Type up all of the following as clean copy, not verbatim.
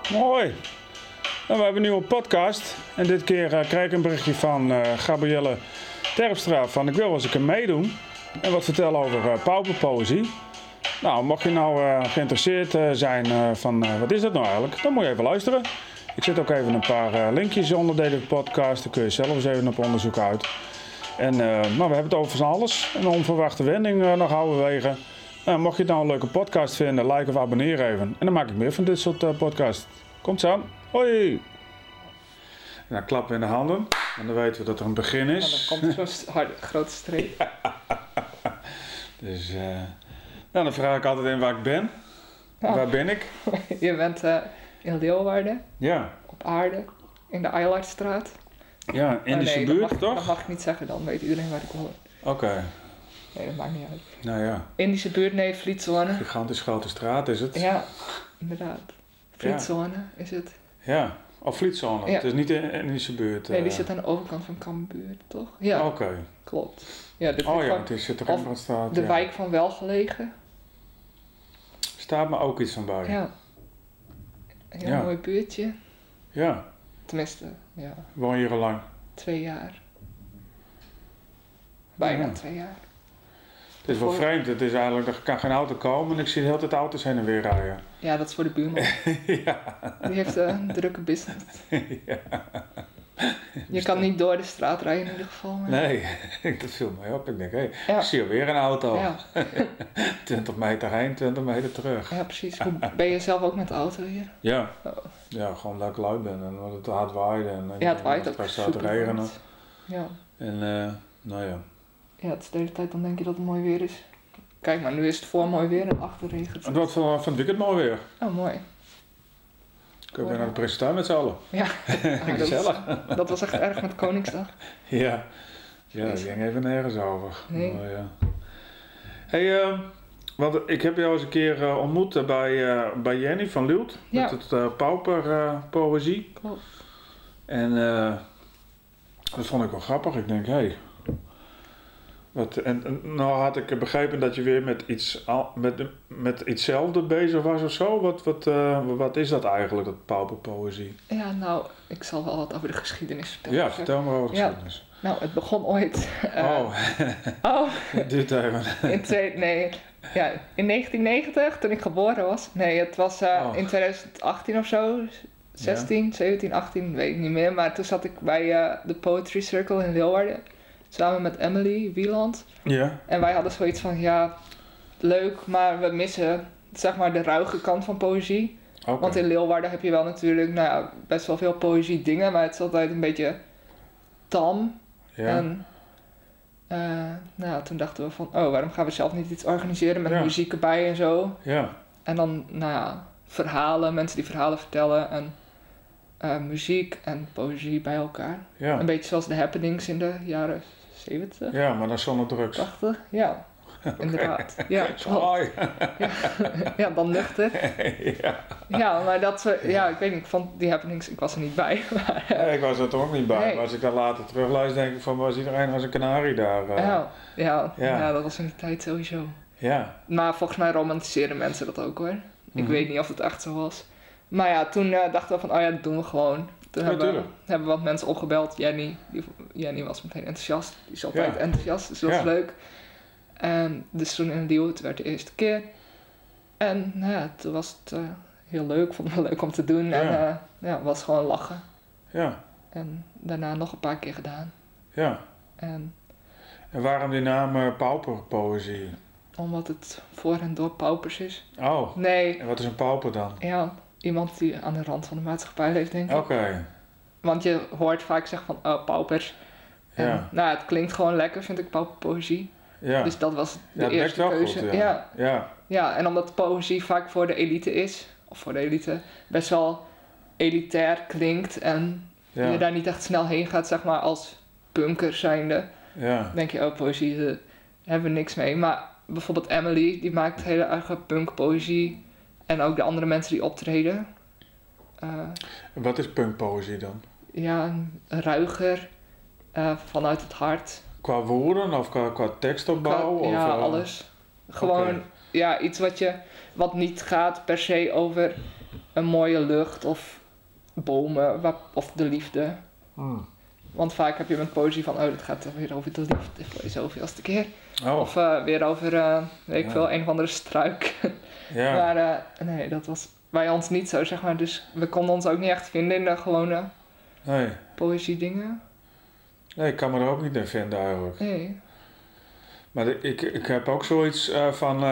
Hoi. Nou, we hebben een nieuwe podcast. En dit keer krijg ik een berichtje van Gabrielle Terpstra van ik wil wel eens een keer meedoen. En wat vertellen over pauperpoëzie. Nou, mocht je nou geïnteresseerd zijn van wat is dat nou eigenlijk, dan moet je even luisteren. Ik zet ook even een paar linkjes onder deze podcast. Dan kun je zelf eens even op onderzoek uit. En we hebben het over van alles. Een onverwachte wending nog halverwege. Mocht je het nou een leuke podcast vinden, like of abonneer even. En dan maak ik meer van dit soort podcasts. Komt zo. Hoi! En dan klappen we in de handen. En dan weten we dat er een begin is. En dan komt zo'n harde, grote streep. Dus dan vraag ik altijd in waar ik ben. Ja. Waar ben ik? Je bent in Leeuwarden, Ja. op Aarde, in de Eilartstraat. Ja, Indische buurt, toch? Dat mag ik niet zeggen, dan weet iedereen waar ik hoor. Oké. Nee, dat maakt niet uit. Nou ja. Indische buurt, nee, Vlietzone. Gigantisch grote straat is het. Ja, inderdaad. Vlietzone is het. Ja. Of Vlietzone. Ja. Het is niet in Indische buurt. Nee, die zit aan de overkant van Kambuur, toch? Ja, Oké. klopt. Ja, dit Oh is ja, gewoon het is de of Rembrandtstraat. de ja. wijk van Welgelegen. Staat me ook iets van bij. Ja. Een heel Ja. mooi buurtje. Ja. Tenminste, ja, Woon je hier al lang? 2 jaar. Bijna Ja. 2 jaar. Het is wel vreemd. Het is eigenlijk, er kan geen auto komen en ik zie de hele tijd auto's heen en weer rijden. Ja, dat is voor de buurman. Ja. Die heeft een drukke business. Ja. Je kan niet door de straat rijden in ieder geval. Maar... Nee, dat viel mij op. Ik denk, hé, Ja. ik zie alweer een auto. Ja. 20 meter heen, 20 meter terug. Ja, precies. Hoe ben je zelf ook met de auto hier? Ja. Oh. Ja, gewoon dat ik lui ben en dat het hard waaide. En Ja, het waait ook het staat te super regenen. hard. Ja. En nou ja. Ja, het is de hele tijd dan denk je dat het mooi weer is. Kijk, maar nu is het voor mooi weer en achter regent En het. wat van het weekend mooi weer. Oh, mooi. Kunnen we weer naar de presentatie met z'n allen. Ja, Gezellig. dat was echt erg met Koningsdag. Ja. Ja, dat ging even nergens over. Nee. Maar, ja. Hey, want ik heb jou eens een keer ontmoet bij Jenny van Luwt. Ja. Met het pauperpoëzie. Klopt. En dat vond ik wel grappig. Ik denk, hé. En nou had ik begrepen dat je weer met ietszelfde bezig was of zo. Wat is dat eigenlijk, dat pauperpoëzie? Ja, nou, ik zal wel wat over de geschiedenis vertellen. Ja, vertel maar over de Ja. geschiedenis. Nou, het begon ooit... Oh, Oh, het duurt even. in 1990, toen ik geboren was. Nee, het was in 2018 of zo. 16, 17, 18, weet ik niet meer. Maar toen zat ik bij de Poetry Circle in Leeuwarden. Samen met Emily Wieland. Ja, En wij hadden zoiets van, ja, leuk, maar we missen, zeg maar, de ruige kant van poëzie. oké. Want in Leeuwarden heb je wel natuurlijk, nou ja, best wel veel poëzie dingen. Maar het is altijd een beetje tam. Ja, En toen dachten we van, oh, waarom gaan we zelf niet iets organiseren met Ja. muziek erbij en zo. ja, En dan, nou ja, verhalen, mensen die verhalen vertellen en muziek en poëzie bij elkaar. ja. Een beetje zoals de happenings in de jaren 70, Ja, maar dan zonder drugs. 80. Ja, inderdaad. Ja, klopt. Saai. Ja, dan nuchter. Ja. Ja, maar ik weet niet, ik vond die happenings, ik was er niet bij. Maar, Nee, ik was er toch ook niet bij. Nee. Maar als ik dan later terugluister, denk ik van, was iedereen als een kanarie daar? ja, Ja. dat was in die tijd sowieso. Ja. Maar volgens mij romantiseren mensen dat ook hoor. Ik Mhm. weet niet of het echt zo was. Maar ja, toen dachten we van, oh ja, dat doen we gewoon. Toen Ja, hebben tuurlijk. we wat mensen opgebeld. Jenny was meteen enthousiast. Die is altijd Ja. enthousiast, dus dat Ja. is leuk. En dus toen in Leeuwarden, het werd de eerste keer. En nou ja, toen was het heel leuk. Vond het wel leuk om te doen. Ja. En het was gewoon lachen. Ja. En daarna nog een paar keer gedaan. Ja. En En waarom die naam pauperpoëzie? omdat het voor en door paupers is. Oh, Nee, en wat is een pauper dan? ja, iemand die aan de rand van de maatschappij leeft, denk ik. Oké. Want je hoort vaak zeggen van, oh, paupers. En, Ja. nou, het klinkt gewoon lekker, vind ik, pauperpoëzie. Ja. Dus dat was Ja, de het werkt eerste wel keuze. goed, Ja. Ja. Ja, en omdat poëzie vaak voor de elite is, of voor de elite, best wel elitair klinkt en je Ja. daar niet echt snel heen gaat, zeg maar, als punker zijnde. Ja. Dan denk je, oh, poëzie, daar hebben we niks mee. Maar bijvoorbeeld Emily, die maakt hele eigen punkpoëzie. En ook de andere mensen die optreden. En wat is punkpoëzie dan? Ja, ruiger, vanuit het hart. Qua woorden of qua tekstopbouw? Ja, of, alles. Gewoon, Oké. ja, iets wat niet gaat per se over een mooie lucht of bomen of de liefde. Want vaak heb je met poëzie van, het gaat weer over de liefde voor de zoveelste keer. Of weer over, weet ik veel, een of andere struik. Ja. Maar nee, dat was bij ons niet zo, zeg maar. Dus we konden ons ook niet echt vinden in de gewone poëzie dingen. Nee, ik kan me er ook niet in vinden eigenlijk. Nee. Maar ik heb ook zoiets van...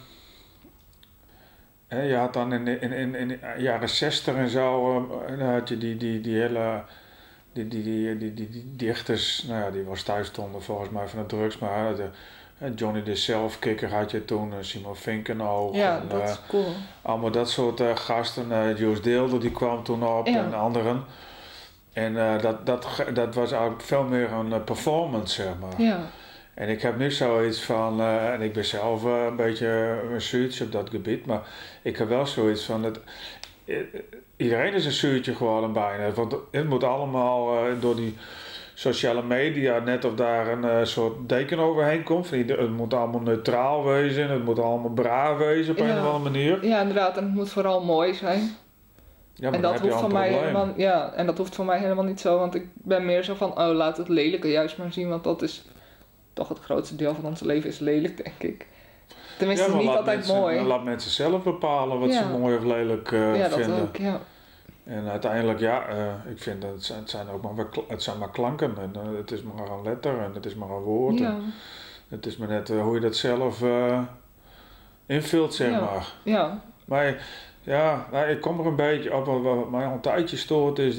je had dan in de jaren 60 en zo... dan had je die hele... Die dichters, nou ja, die was thuis stonden volgens mij van de drugs, maar Johnny de Selfkicker had je toen, Simon Vinkenoog. Ja, en, dat is cool. Allemaal dat soort gasten. Joost Deelder die kwam toen op en anderen. En dat was eigenlijk veel meer een performance, zeg maar. Ja. En ik heb nu zoiets van, en ik ben zelf een beetje een zuurtje op dat gebied, maar ik heb wel zoiets van, iedereen is een zuurtje geworden bijna. Want het moet allemaal door die sociale media, net of daar een soort deken overheen komt. Het moet allemaal neutraal wezen, het moet allemaal braaf wezen op een of andere manier. Ja, inderdaad, en het moet vooral mooi zijn. Ja, maar en dat hoeft van mij helemaal, en dat hoeft voor mij helemaal niet zo, want ik ben meer zo van, laat het lelijke juist maar zien, want dat is toch het grootste deel van ons leven is lelijk, denk ik. Tenminste, het is niet altijd mooi. Laat mensen zelf bepalen wat ze mooi of lelijk vinden. Ja, dat ook, ja. En uiteindelijk, ik vind dat het zijn maar klanken en het is maar een letter en het is maar een woord. Ja. Het is maar net hoe je dat zelf invult, zeg maar. Ja. Maar ik kom er een beetje op, wat mij al een tijdje stoort is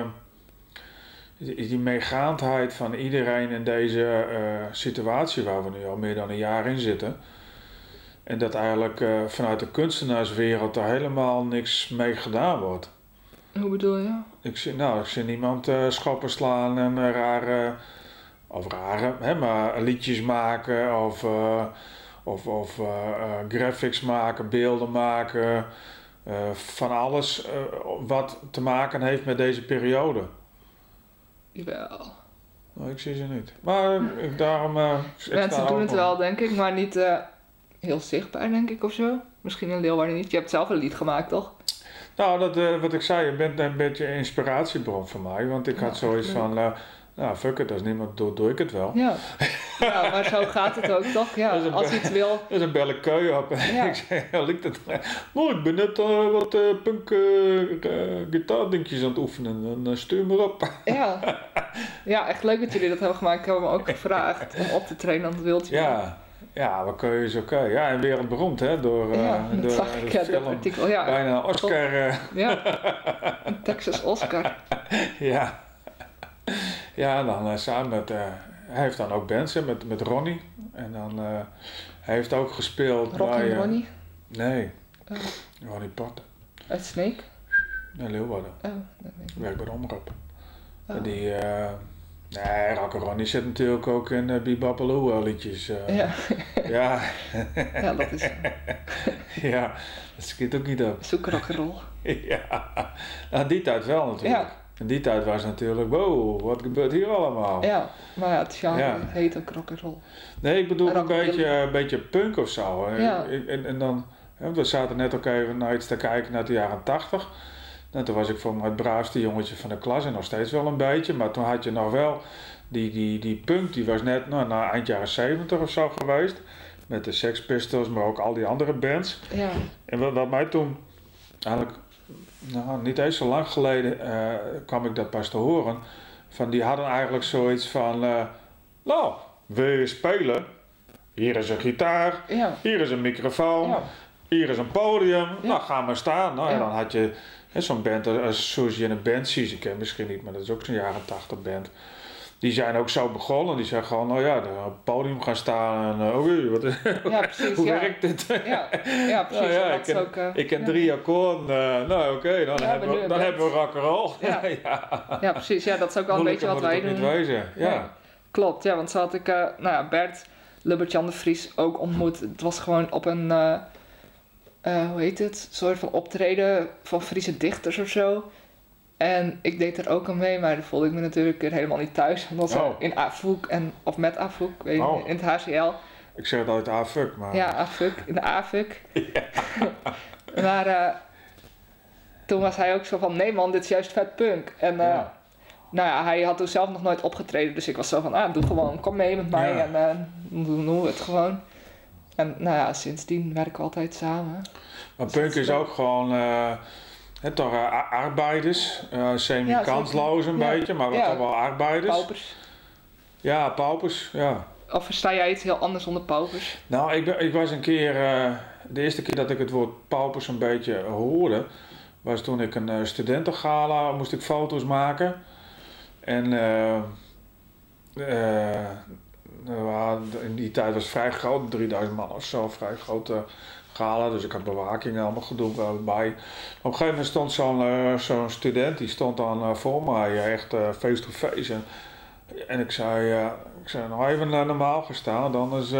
die meegaandheid van iedereen in deze situatie waar we nu al meer dan een jaar in zitten. En dat eigenlijk vanuit de kunstenaarswereld er helemaal niks mee gedaan wordt. Hoe bedoel je? Ik zie niemand schoppen slaan en rare, maar liedjes maken of graphics maken, beelden maken. Van alles wat te maken heeft met deze periode. Jawel. Nou, ik zie ze niet. Maar daarom... Mensen doen het wel, denk ik, maar niet heel zichtbaar, denk ik, of zo. Misschien in Leeuwarden niet. Je hebt zelf een lied gemaakt, toch? Nou, wat ik zei, je bent een beetje een inspiratiebron voor mij. Want ik had zoiets van... fuck it, als niemand doet, doe ik het wel. Ja, maar zo gaat het ook, toch? Ja, als je iets wil... Dat is een belle keu op. Ja. Ik zei, likt het? Ik ben net wat punk gitaardingjes aan het oefenen. Dan stuur me op. Ja, echt leuk dat jullie dat hebben gemaakt. Ik heb me ook gevraagd om op te trainen aan het wildje. Ja, wat kun je zo oké. Ja, en wereldberoemd, hè? Door dat zag ik, film. dat artikel. Ja, bijna een Oscar. Een Texas Oscar. Ja. Ja, dan samen met... hij heeft dan ook bands met Ronnie. En dan... hij heeft ook gespeeld bij... Ronnie? Nee. Ronnie Potter. Uit Snake? Nee, Leeuwarden. Dat weet ik. Werkt bij de Omroep. Die... Nee, Ronnie zit natuurlijk ook in Bebopaloo liedjes. Ja. Ja, dat is... Ja, dat schiet ook niet op. Zoek rock'n'roll. Ja. Nou, die tijd wel natuurlijk. Ja. En die tijd was natuurlijk, wow, wat gebeurt hier allemaal? Ja, maar het genre heet ook rock'n'roll. Nee, ik bedoel een beetje punk of zo. Ja. En dan, we zaten net ook even naar iets te kijken naar de jaren 80. En toen was ik voor mij het braafste jongetje van de klas en nog steeds wel een beetje. Maar toen had je nog wel die punk, die was net na eind jaren 70 of zo geweest. Met de Sex Pistols, maar ook al die andere bands. Ja. En wat mij toen eigenlijk... Nou, niet eens zo lang geleden kwam ik dat pas te horen. Van die hadden eigenlijk zoiets van... wil je spelen? Hier is een gitaar. Ja. Hier is een microfoon. Ja. Hier is een podium. Ja. Nou, ga maar staan. Nou, en dan had je zo'n band zoals je in een band ziet. Ik ken misschien niet, maar dat is ook zo'n jaren 80 band. Die zijn ook zo begonnen. Die zijn gewoon, op het podium gaan staan. En precies, hoe werkt dit? Ja, precies. Ik ken 3 akkoorden. Dan hebben we rock'n'roll. Ja, precies. Ja, dat is ook wel een beetje wat wij doen. Niet wezen. Ja. Klopt, ja, want zo had ik Bert Lubbertjan de Vries ook ontmoet. Het was gewoon op een, hoe heet het? Een soort van optreden van Friese dichters of zo. En ik deed er ook aan mee, maar dan voelde ik me natuurlijk helemaal niet thuis. Omdat ze in AFUK of met AFUK, weet je, in het HCL. Ik zeg het altijd AFUK, maar... Ja, AFUK, in de AFUK. Maar toen was hij ook zo van, nee man, dit is juist vet punk. En nou ja, hij had toen zelf nog nooit opgetreden, dus ik was zo van, doe gewoon, kom mee met mij en doen we het gewoon. En nou ja, sindsdien werken we altijd samen. Maar punk is ook gewoon, toch arbeiders, semi-kansloos een beetje, maar toch wel arbeiders. Paupers. Ja, paupers, ja. Of versta jij iets heel anders onder paupers? Nou, ik was een keer, de eerste keer dat ik het woord paupers een beetje hoorde, was toen ik een studentengala moest ik foto's maken. En in die tijd was het vrij groot, 3000 man of zo, vrij grote gala. Dus ik had bewaking en allemaal gedoe bij. Op een gegeven moment stond zo'n student, die stond dan voor mij, echt face to face. En ik zei nou even normaal gestaan,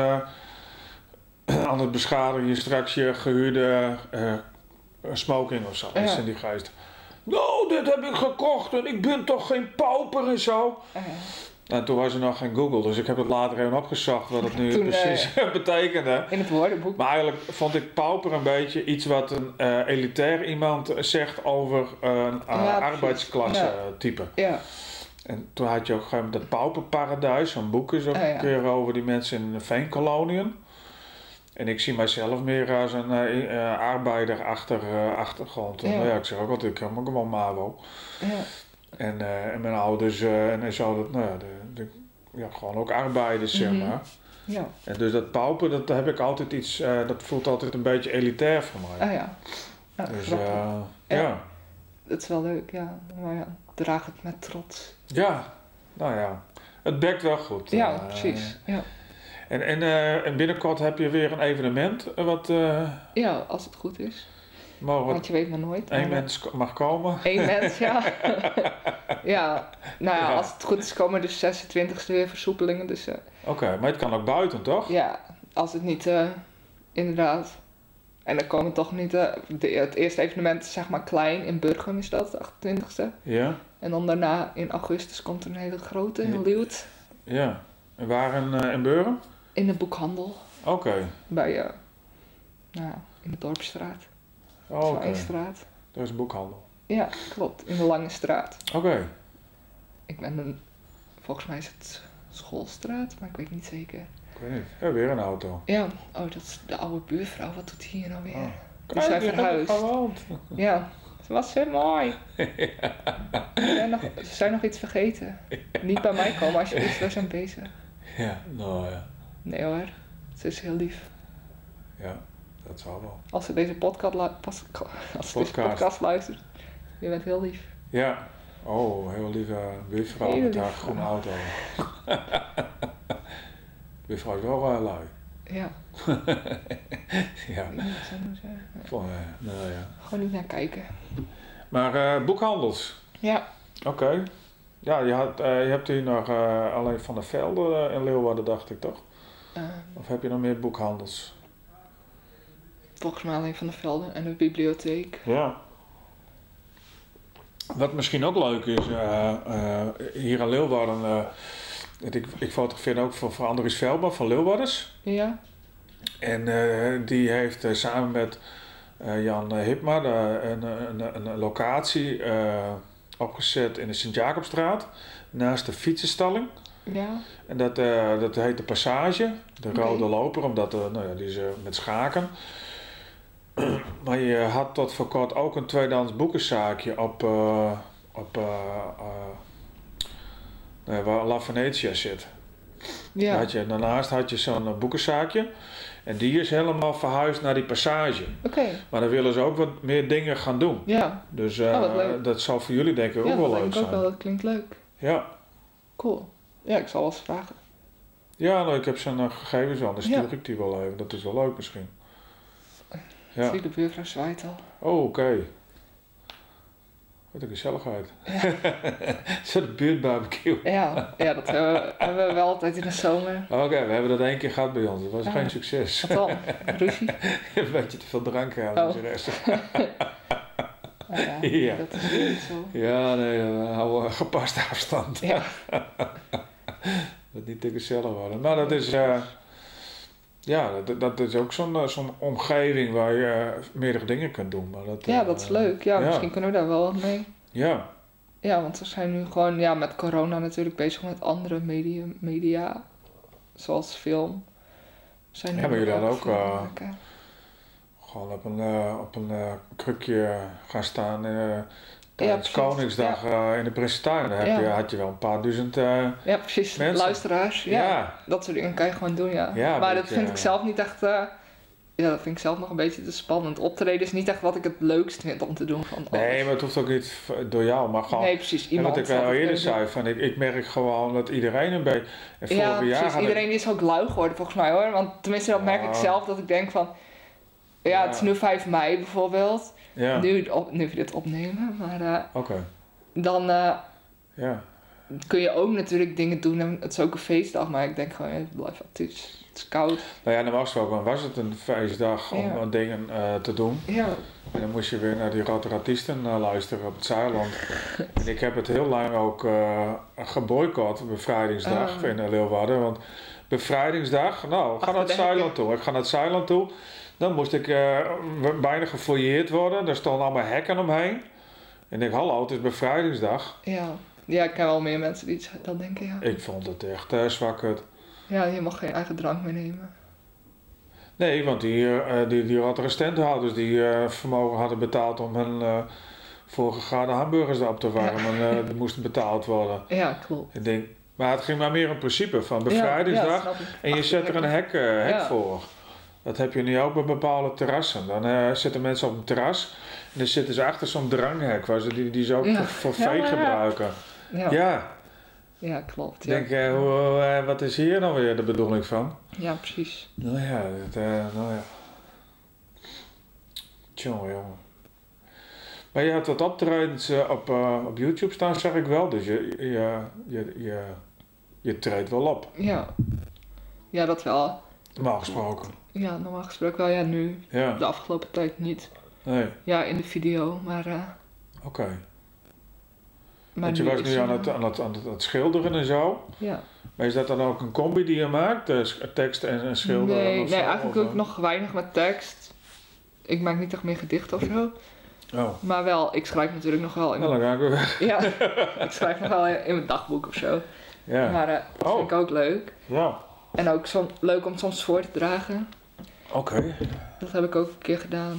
anders beschadig je straks je gehuurde smoking of zo. Iets in die geest. Nou, dit heb ik gekocht en ik ben toch geen pauper en zo. En toen was er nog geen Google, dus ik heb het later even opgezocht wat het nu precies betekende. In het woordenboek. Maar eigenlijk vond ik pauper een beetje iets wat een elitair iemand zegt over een arbeidsklasse type. Ja. En toen had je ook gewoon dat pauperparadijs, zo'n boek is ook een keer over die mensen in de veenkoloniën. En ik zie mijzelf meer als een arbeider achtergrond. Ja, ik zeg ook altijd, ik heb ook wel MAVO. Ja. En mijn ouders en zo, gewoon ook arbeiders, zeg maar. Ja. En dus dat pauper, dat heb ik altijd iets, dat voelt altijd een beetje elitair voor mij. Dus ja. Dat is wel leuk, ja. Maar ja, draag het met trots. Ja, nou ja. Het bekt wel goed. Ja, precies. Ja. En binnenkort heb je weer een evenement. Ja, als het goed is. Want je weet maar nooit. Eén mens mag komen. Eén mens, ja. Ja, nou ja, als het goed is komen dus 26e weer versoepelingen. Dus, Oké, maar het kan ook buiten, toch? Ja, als het niet, inderdaad. En dan komen toch niet, het eerste evenement is zeg maar klein, in Burgum is dat, de 28e. Ja. En dan daarna in augustus komt er een hele grote, in Leeuwarden. Ja, en waar in Burgum? In de boekhandel. Oké. Bij, in de Dorpsstraat. Zwijnstraat. Dat is een boekhandel. Ja, klopt. In de Lange Straat. Oké. Ik ben volgens mij is het Schoolstraat, maar ik weet niet zeker. Ik weet niet. Ja, weer een auto. Ja, dat is de oude buurvrouw. Wat doet die hier nou weer? Die zijn verhuisd. Ja, ze was zo mooi. Ze zijn nog iets vergeten. Niet bij mij komen alsjeblieft, we zijn bezig. Ja, nou ja. Nee hoor, ze is heel lief. Ja, dat zal wel. Als ze deze podcast luistert, je bent heel lief. Ja, heel lieve buurvrouw met haar groene auto. Buurvrouw is wel lui. Ja. Ja. Gewoon niet naar kijken. Maar boekhandels? Ja. Oké. Ja, je hebt hier nog alleen Van der Velde in Leeuwarden, dacht ik toch? Of heb je nog meer boekhandels? Volgens mij alleen Van der Velde en de bibliotheek. Ja. Wat misschien ook leuk is, hier in Leeuwarden, ik fotografeer ook voor Andries Velba van Leeuwarders. Ja. En die heeft samen met Jan Hipma een locatie opgezet in de Sint-Jacobstraat, naast de fietsenstalling. Ja. En dat heet de Passage, de Rode Loper, omdat die is met schaken. Maar je had tot voor kort ook een tweedehands boekenzaakje waar La Venetia zit. Ja. Daarnaast had je zo'n boekenzaakje en die is helemaal verhuisd naar die Passage. Oké. Maar dan willen ze ook wat meer dingen gaan doen. Ja. Dus dat zal voor jullie denk ik ook wel leuk zijn. Ja, dat klinkt leuk. Ja. Cool. Ja, ik zal wel eens vragen. Ja, ik heb zijn gegevens wel, dan stuur ik die wel even. Dat is wel leuk misschien. Ja. Zie de buurvrouw zwaait al. Oh, oké. Wat een gezelligheid. Ja. Zo'n buurtbarbecue. Ja, dat hebben we wel altijd in de zomer. Oké, we hebben dat 1 keer gehad bij ons. Dat was geen succes. Wat dan? Ruzie? Een beetje te veel drank hadden met de rest. Ja, dat is niet zo. Ja, nee, we houden gepaste afstand. Ja. Dat niet te gezellig worden. Maar dat is... Ja, dat is ook zo'n omgeving waar je meerdere dingen kunt doen. Maar dat is leuk. Ja, misschien kunnen we daar wel wat mee. Ja. Ja, want we zijn nu gewoon met corona natuurlijk bezig met andere media zoals film. Zijn maar jullie hadden ook maken. gewoon op een krukje gaan staan tijdens Koningsdag in de presentatie. Dan had je wel een paar duizend ja, precies. mensen. Luisteraars. Ja. Dat soort dingen kan je gewoon doen, ja. Maar dat vind ik zelf niet echt... dat vind ik zelf nog een beetje te spannend. Optreden is niet echt wat ik het leukst vind om te doen van alles. Nee, maar het hoeft ook niet door jou, maar gewoon... Nee, precies. Iemand. En wat ik al eerder zei, van ik merk gewoon dat iedereen een beetje... Ja, precies. Iedereen is ook lui geworden volgens mij hoor. Want tenminste dat merk ik zelf, dat ik denk van... Ja, het is nu 5 mei bijvoorbeeld. Ja. Nu we dit opnemen, maar... Oké. Dan kun je ook natuurlijk dingen doen. En het is ook een feestdag, maar ik denk gewoon, het blijft het is koud. Nou ja, normaal gesproken was het een feestdag om dingen te doen. Ja. En dan moest je weer naar die artiesten luisteren op het Zeiland. En ik heb het heel lang ook geboycott, bevrijdingsdag in Leeuwarden. Want bevrijdingsdag, nou, ga naar het Zeiland toe. Ik ga naar het Zeiland toe. Dan moest ik bijna gefouilleerd worden. Daar stonden allemaal hekken omheen. En ik denk, hallo, het is bevrijdingsdag. Ja, ik ken wel meer mensen die dat denken, ja. Ik vond het echt zwakkerd. Ja, je mag geen eigen drank meer nemen. Nee, want die restauranthouders die vermogen hadden betaald om hun voorgegaarde hamburgers op te warmen. Die moesten betaald worden. Ja, klopt. Ik denk, maar het ging maar meer om principe van bevrijdingsdag. En je zet er een hek voor. Dat heb je nu ook bij bepaalde terrassen. Dan zitten mensen op een terras en dan zitten ze achter zo'n dranghek waar ze die ze ook voor vee gebruiken. Ja, klopt. Ik denk, wat is hier nou weer de bedoeling van? Ja, precies. Nou ja. Jongen. Maar je had wat optredens op YouTube staan, zeg ik wel. Dus je treedt wel op. Ja, dat wel. Normaal gesproken. Ja, normaal gesproken wel. Ja, nu. Ja. De afgelopen tijd niet. Nee. Ja, in de video, maar... Oké. Want je was nu aan het schilderen en zo. Ja. Maar is dat dan ook een combi die je maakt? Tekst en schilderen? Nee, eigenlijk doe ik nog weinig met tekst. Ik maak niet echt meer gedichten of zo. Oh. Maar wel, ik schrijf natuurlijk nog wel in dan ga ik weer weg. Ja, ik schrijf nog wel in mijn dagboek of zo. Ja. Maar dat vind ik ook leuk. Ja. En ook leuk om soms voor te dragen. Oké. Dat heb ik ook een keer gedaan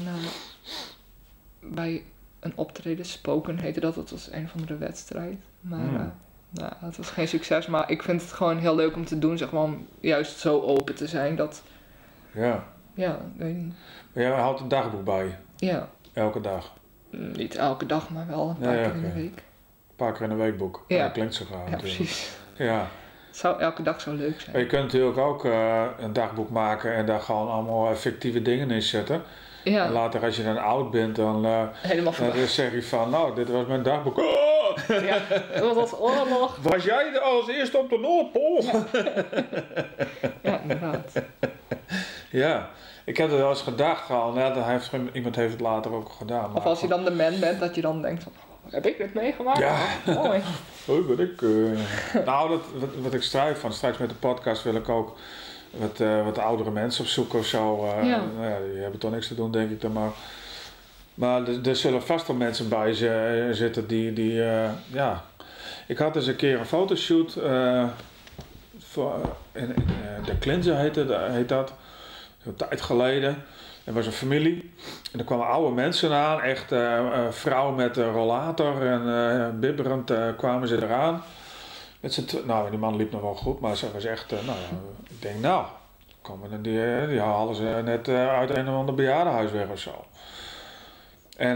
bij een optreden. Spoken heette dat. Dat was een van de wedstrijd. Maar het was geen succes. Maar ik vind het gewoon heel leuk om te doen. Zeg maar, om juist zo open te zijn. Dat... Ja. Ja, ik weet niet. Maar jij houdt een dagboek bij? Ja. Elke dag? Niet elke dag, maar wel een paar keer in de week. Een paar keer in een weekboek? Ja. Dat klinkt zo graag. Ja, precies. Ja. Het zou elke dag zo leuk zijn. Maar je kunt natuurlijk ook een dagboek maken en daar gewoon allemaal fictieve dingen in zetten. Ja. En later als je dan oud bent, dan zeg je van, nou, dit was mijn dagboek. Oh! Ja, dat was oorlog. Was jij als eerste op de Noordpool? Ja, inderdaad. Ja, ik heb er wel eens gedacht al. Iemand heeft het later ook gedaan. Of als je dan de man bent, dat je dan denkt van, heb ik dit meegemaakt? Ja. Mooi. Oh, nou, wat ik strijd van. Straks met de podcast wil ik ook wat oudere mensen opzoeken of zo. Ja. Nou ja, die hebben toch niks te doen, denk ik dan maar. Maar er zullen vast wel mensen bij zitten die ja. Ik had eens een keer een fotoshoot voor in de Klinze heet dat. Een tijd geleden. Er was een familie en er kwamen oude mensen aan, echt vrouwen met rollator en bibberend kwamen ze eraan. Nou, die man liep nog wel goed, maar ze was echt, ik denk die halen ze net uit een of ander bejaardenhuis weg of zo. En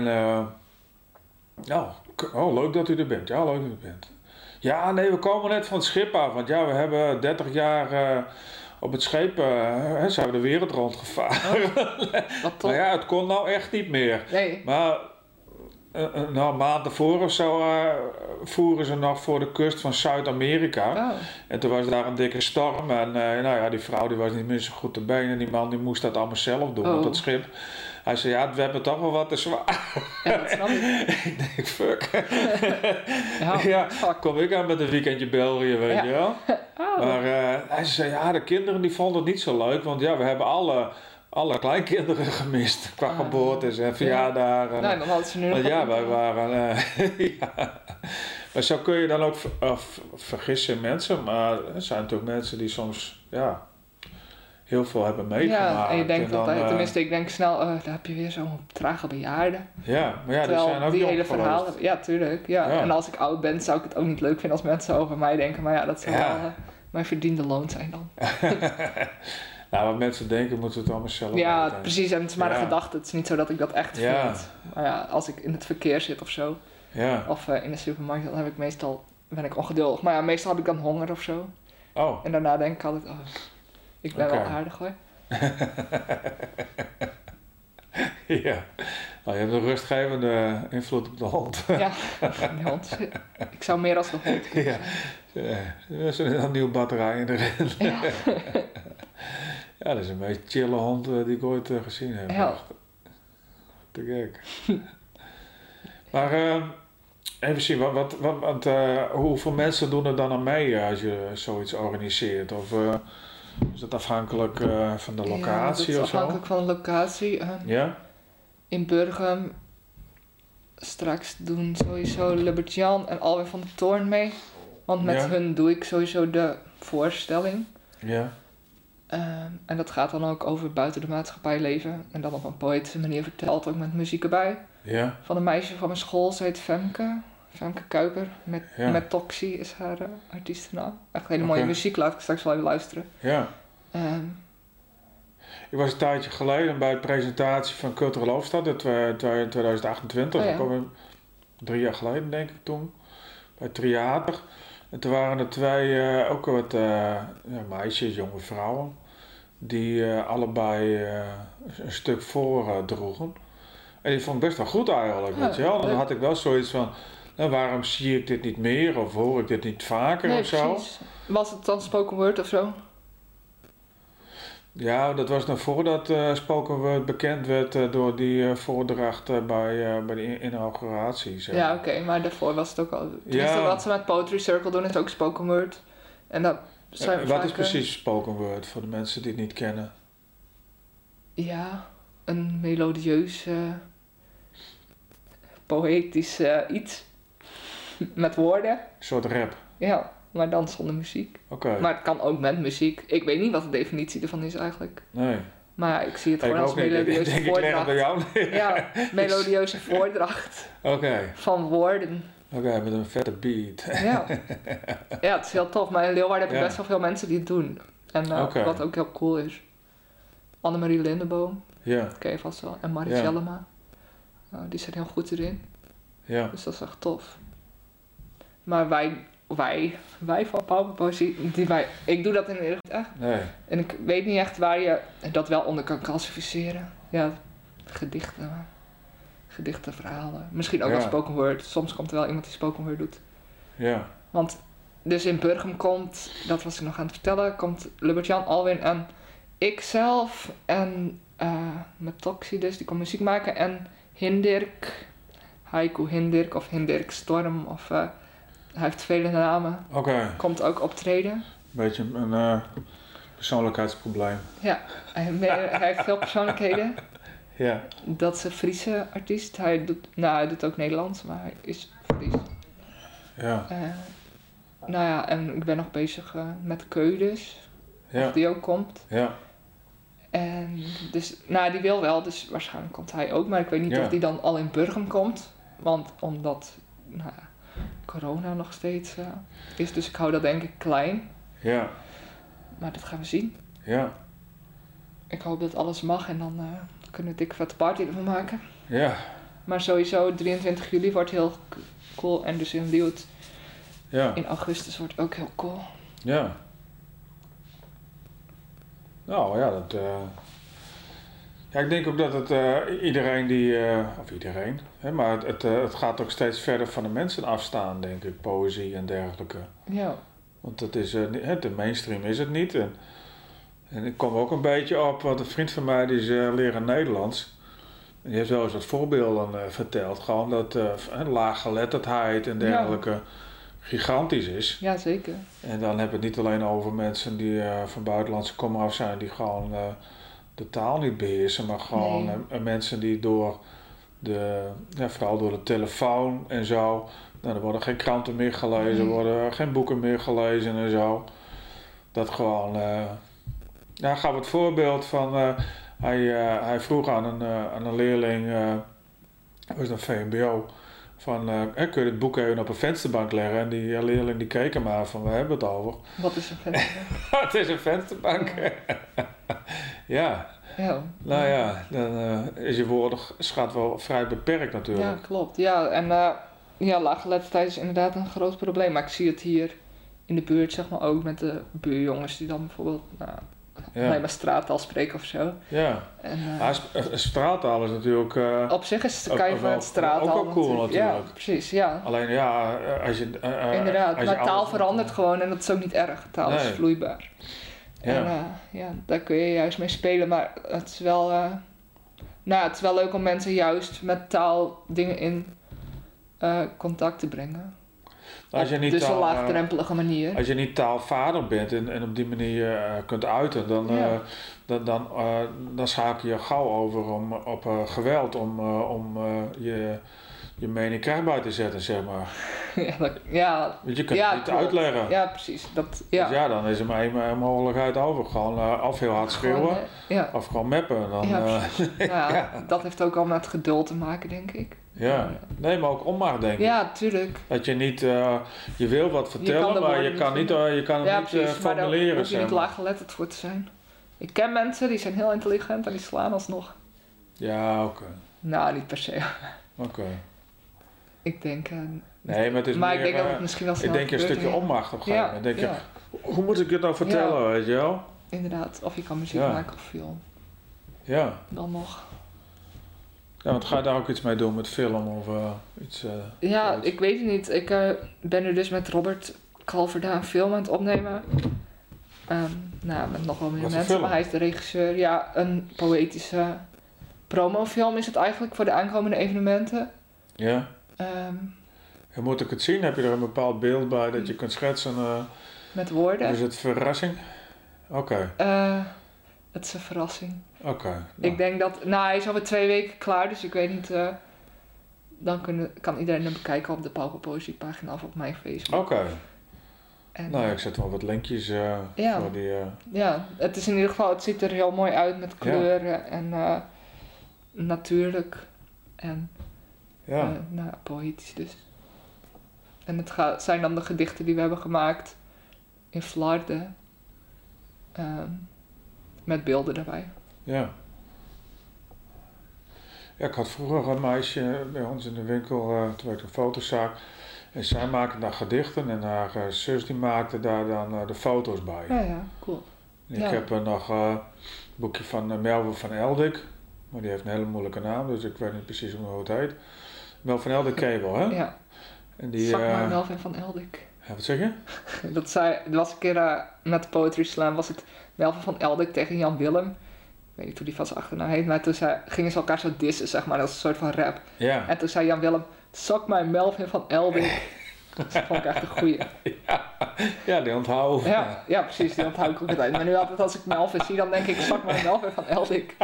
leuk dat u er bent. Ja, leuk dat u er bent. Ja, nee, we komen net van het schip af, want ja, we hebben 30 jaar... op het scheep zijn we de wereld rondgevaren. Wat tof. Maar ja, het kon nou echt niet meer. Nee. Maar een maand ervoor of zo voeren ze nog voor de kust van Zuid-Amerika. Oh. En toen was daar een dikke storm. En die vrouw die was niet meer zo goed te been. En die man die moest dat allemaal zelf doen op dat schip. Hij zei, ja, we hebben toch wel wat te zwaar. Ja, dat snap ik. Ik denk, fuck. Ja, Kom ik aan met een weekendje België, weet je wel. Oh. Maar hij zei, ja, de kinderen die vonden het niet zo leuk. Want ja, we hebben alle kleinkinderen gemist. Qua geboortes en verjaardagen. Nee, dan hadden ze nu nog Ja, wij waren... ja. Maar zo kun je dan ook vergissen mensen. Maar er zijn natuurlijk mensen die soms heel veel hebben meegemaakt. Ja, en je denkt dan, altijd, tenminste ik denk snel, daar heb je weer zo'n trage bejaarde. Ja, maar ja, er Terwijl zijn ook die jong hele geweest. verhalen, ja tuurlijk. Ja. Ja. En als ik oud ben zou ik het ook niet leuk vinden als mensen over mij denken. Maar ja, dat zou wel mijn verdiende loon zijn dan. Nou, wat mensen denken moeten het allemaal zelf Ja, weten. precies. En het is maar een gedachte. Het is niet zo dat ik dat echt vind. Maar ja, als ik in het verkeer zit of zo. Ja. Of in de supermarkt, dan heb ik ben ik ongeduldig. Maar ja, meestal heb ik dan honger of zo. Oh. En daarna denk ik altijd, ik ben wel aardig hoor. Ja. Nou, je hebt een rustgevende invloed op de hond. Ja, de hond. Ik zou meer als de hond kunnen zijn. Er is een nieuwe batterij erin. Ja. Ja, dat is een beetje chille hond die ik ooit gezien heb. Ja. Echt te gek. Maar even zien, hoeveel mensen doen er dan aan mee als je zoiets organiseert? Of is dat afhankelijk van de locatie dat of is zo? afhankelijk van de locatie. Ja? In Burgum straks doen sowieso Lubert-Jan en Alwin van de Toorn mee. Want met hun doe ik sowieso de voorstelling. Ja. En dat gaat dan ook over buiten de maatschappij leven. En dan op een poëtische manier verteld, ook met muziek erbij. Ja. Van een meisje van mijn school, ze heet Femke. Femke Kuiper. Met Toxie is haar artiestennaam. Echt hele mooie muziek, laat ik straks wel even luisteren. Ja. Ik was een tijdje geleden bij de presentatie van Culturele Hoofdstad in 2028. Oh ja. Dat kwam 3 jaar geleden denk ik toen. Bij het theater. En toen waren er 2 ook wat meisjes, jonge vrouwen. Die allebei een stuk voor droegen. En die vond ik best wel goed eigenlijk, weet je wel. Dan had ik wel zoiets van, nou, waarom zie ik dit niet meer? Of hoor ik dit niet vaker of zo? Precies. Was het dan spoken word of zo? Ja, dat was nog voordat spoken word bekend werd door die voordracht bij de inauguratie. Zeg. Ja, oké, maar daarvoor was het ook al... Tenminste, wat ze met Poetry Circle doen is ook spoken word. En dat zijn we wat vaak, is precies spoken word voor de mensen die het niet kennen? Ja, een melodieus, poëtisch iets. Met woorden. Een soort rap? Ja, maar dan zonder muziek. Oké. Maar het kan ook met muziek. Ik weet niet wat de definitie ervan is eigenlijk. Nee. Maar ik zie het gewoon als melodieuze voordracht. Ik leg het bij jou. Ja, melodieuze voordracht. Oké. Van woorden. Oké, met een vette beat. Ja. Ja, het is heel tof. Maar in Leeuwarden heb je best wel veel mensen die het doen. En wat ook heel cool is. Annemarie Lindeboom. Ja. Dat ken je vast wel. En Marie Jellema. Die zijn heel goed erin. Ja. Dus dat is echt tof. Maar wij van Pauperpoëzie, ik doe dat in ieder geval echt. Nee. En ik weet niet echt waar je dat wel onder kan klassificeren. Ja, gedichten, verhalen. Misschien ook wel spoken word. Soms komt er wel iemand die spoken word doet. Ja. Want dus in Burgum komt, dat was ik nog aan het vertellen, komt Lubert-Jan, Alwin en ikzelf en met Toxie dus, die komt muziek maken. En Hindirk, Haiku Hindirk of Hindirk Storm of hij heeft vele namen. Oké. Komt ook optreden. Beetje een persoonlijkheidsprobleem. Ja, hij heeft veel persoonlijkheden. Ja. Dat is een Friese artiest. Hij doet ook Nederlands, maar hij is Fries. Ja. Nou ja, en ik ben nog bezig met Keu dus. Ja. Of die ook komt. Ja. En dus, die wil wel, dus waarschijnlijk komt hij ook. Maar ik weet niet of die dan al in Burgum komt. Want omdat, corona nog steeds is. Dus ik hou dat denk ik klein. Ja. Maar dat gaan we zien. Ja. Ik hoop dat alles mag en dan kunnen we een dikke vette party ervan maken. Ja. Maar sowieso 23 juli wordt heel cool. En dus in Leeuwarden in augustus wordt ook heel cool. Ja. Nou ja, ik denk ook dat het iedereen die, of iedereen, hè, maar het gaat ook steeds verder van de mensen afstaan, denk ik, poëzie en dergelijke. Ja. Want het is, de mainstream is het niet. En ik kom ook een beetje op, want een vriend van mij die is leraar Nederlands. Die heeft wel eens wat voorbeelden verteld. Gewoon dat laaggeletterdheid en dergelijke gigantisch is. Ja, zeker. En dan heb je het niet alleen over mensen die van buitenlandse komaf zijn, die gewoon de taal niet beheersen, maar gewoon mensen die vooral door de telefoon en zo, er worden geen kranten meer gelezen, er worden geen boeken meer gelezen en zo. Dat gewoon, gaf het voorbeeld van, hij vroeg aan een leerling, was een VMBO, van kun je het boek even op een vensterbank leggen? En die leerling die keek hem aan van, waar hebben we het over? Wat is een vensterbank? Het is een vensterbank. Ja. Ja. Nou ja, dan is je woordenschat wel vrij beperkt natuurlijk. Ja, klopt. Ja, en laaggeletterdheid is inderdaad een groot probleem. Maar ik zie het hier in de buurt, zeg maar, ook met de buurjongens die dan bijvoorbeeld alleen maar straattaal spreken of zo. Ja. En, straattaal is natuurlijk... op zich kan je van het straattaal... Ook wel cool natuurlijk. Ja, precies, ja. Alleen als je... inderdaad, als je maar taal verandert gewoon en dat is ook niet erg. Taal is vloeibaar. Ja. En daar kun je juist mee spelen, maar het is wel... het is wel leuk om mensen juist met taal dingen in contact te brengen. Als je niet dus een laagdrempelige manier. Als je niet taalvader bent en op die manier kunt uiten, dan schakel je gauw over op geweld om je mening krijgbaar te zetten, zeg maar. Want je kunt het niet uitleggen. Ja, precies. Dus dan is er maar één mogelijkheid over. Gewoon of heel hard schreeuwen of gewoon meppen. Dat heeft ook al met geduld te maken, denk ik. Ja, nee, maar ook onmacht, denk ik. Ja, tuurlijk. Dat je niet, je wil wat vertellen, maar je kan het niet formuleren. Maar daar hoef je niet laaggeletterd voor te zijn. Ik ken mensen die zijn heel intelligent en die slaan alsnog. Ja, oké. Nou, niet per se. Oké. Ik denk... nee, maar het is meer, ik denk dat het misschien wel snel ik denk een stukje onmacht op een gegeven moment. Denk je, hoe moet ik het nou vertellen, weet je wel? Inderdaad, of je kan muziek maken of film. Ja. Dan nog. Ja, want ga je daar ook iets mee doen met film of iets? Ik weet het niet. Ik ben nu dus met Robert Calverda een film aan het opnemen. Met nog wel meer mensen, maar hij is de regisseur. Ja, een poëtische promofilm is het eigenlijk voor de aankomende evenementen. Ja. Hoe moet ik het zien? Heb je er een bepaald beeld bij dat je kunt schetsen? Met woorden? Is het verrassing? Oké. Het is een verrassing. Oké. Ik denk dat... hij is alweer 2 weken klaar, dus ik weet niet... dan kan iedereen hem bekijken op de Pauper Poëzie pagina of op mijn Facebook. Oké. Ik zet wel wat linkjes voor die... Ja, het is in ieder geval... Het ziet er heel mooi uit met kleuren en natuurlijk. En poëtisch dus. En het zijn dan de gedichten die we hebben gemaakt in Vlaarden. Met beelden daarbij. Ja. Ja, ik had vroeger een meisje bij ons in de winkel, toen ik een fotozaak. En zij maakte daar gedichten en haar zus die maakte daar dan de foto's bij. Ja, cool. Ik heb nog een boekje van Melvin van Eldik. Maar die heeft een hele moeilijke naam, dus ik weet niet precies hoe het heet. Melvin van Eldik ken je wel, hè? Ja. En die, Zag maar Melvin van Eldik. Ja, wat zeg je? Dat was een keer met de Poetry Slam, was het Melvin van Eldik tegen Jan Willem. Ik weet niet hoe die van zijn achternaam heet, maar toen gingen ze elkaar zo dissen, zeg maar. Dat was een soort van rap. Ja. En toen zei Jan Willem, zak mij Melvin van Eldik. Dat vond ik echt een goeie. Ja, die onthouden. Ja, precies, die onthoud ik ook altijd. Maar nu altijd als ik Melvin zie, dan denk ik, zak mij Melvin van Eldik.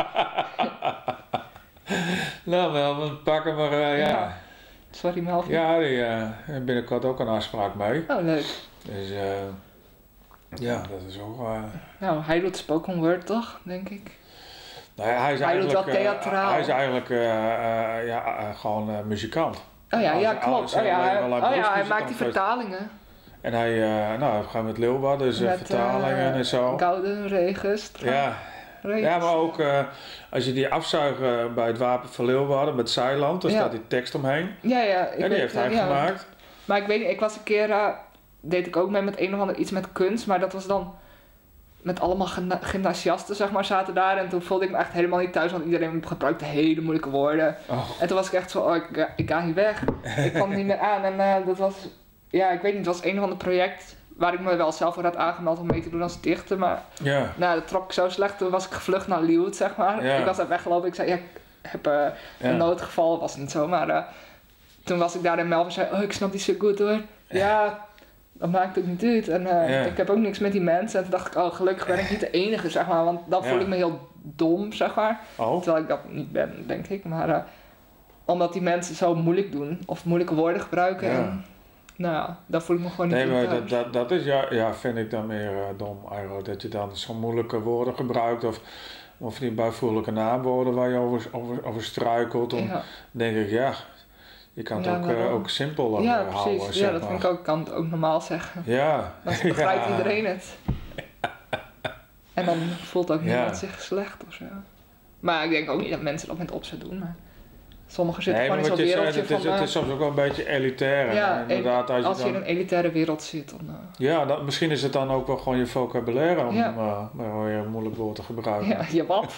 Nou Melvin, pak hem maar, ja. Sorry Melvin. Ja, die binnenkort ook een afspraak mee. Oh, leuk. Dus dat is ook... Nou, hij doet spoken word toch, denk ik? Nou ja, hij doet wel theatraal. Hij is eigenlijk gewoon muzikant. Oh ja, klopt. Hij maakt die vertalingen. En hij gaat met Leeuwarden, dus vertalingen en zo. Gouden Regens. Ja, maar ook als je die afzuigen bij het Wapen van Leeuwarden met Zeiland, daar staat die tekst omheen. Ja, die heeft hij gemaakt. Maar ik weet niet, ik was een keer, deed ik ook mee met een of ander iets met kunst, maar dat was dan met allemaal gymnasiasten, zeg maar, zaten daar. En toen voelde ik me echt helemaal niet thuis, want iedereen gebruikte hele moeilijke woorden. Oh. En toen was ik echt zo, ik ga niet weg. Ik kwam er niet meer aan. En dat was, ik weet niet, het was een of ander project waar ik me wel zelf voor had aangemeld om mee te doen als dichter. Maar dat trok ik zo slecht. Toen was ik gevlucht naar Leeuwarden, zeg maar. Ik was daar weggelopen. Ik zei, heb een noodgeval, was niet zo, maar toen was ik daar in Melbourne en zei, ik snap die zo goed hoor. Ja, dat maakt ook niet uit. En ik heb ook niks met die mensen. En toen dacht ik, gelukkig ben ik niet de enige, zeg maar, want dan voel ik me heel dom, zeg maar. Terwijl ik dat niet ben, denk ik. Maar omdat die mensen zo moeilijk doen, of moeilijke woorden gebruiken. En, daar voel ik me gewoon niet in thuis. Nee, maar dat is, vind ik dan meer dom eigenlijk. Dat je dan zo moeilijke woorden gebruikt of die bijvoeglijke naamwoorden waar je over struikelt. Dan denk ik, je kan het ook simpel houden. Precies. Ja, dat vind ik ook. Ik kan het ook normaal zeggen. Ja. Dan begrijpt iedereen het. En dan voelt ook niemand zich slecht of zo. Maar ik denk ook niet dat mensen dat met opzet doen. Maar sommigen zitten gewoon in zo'n wereldje van... Het is soms ook wel een beetje elitair. Ja, inderdaad, als je in een elitaire wereld zit, dan... misschien is het dan ook wel gewoon je vocabulaire om weer een moeilijk woord te gebruiken. Ja, je wat?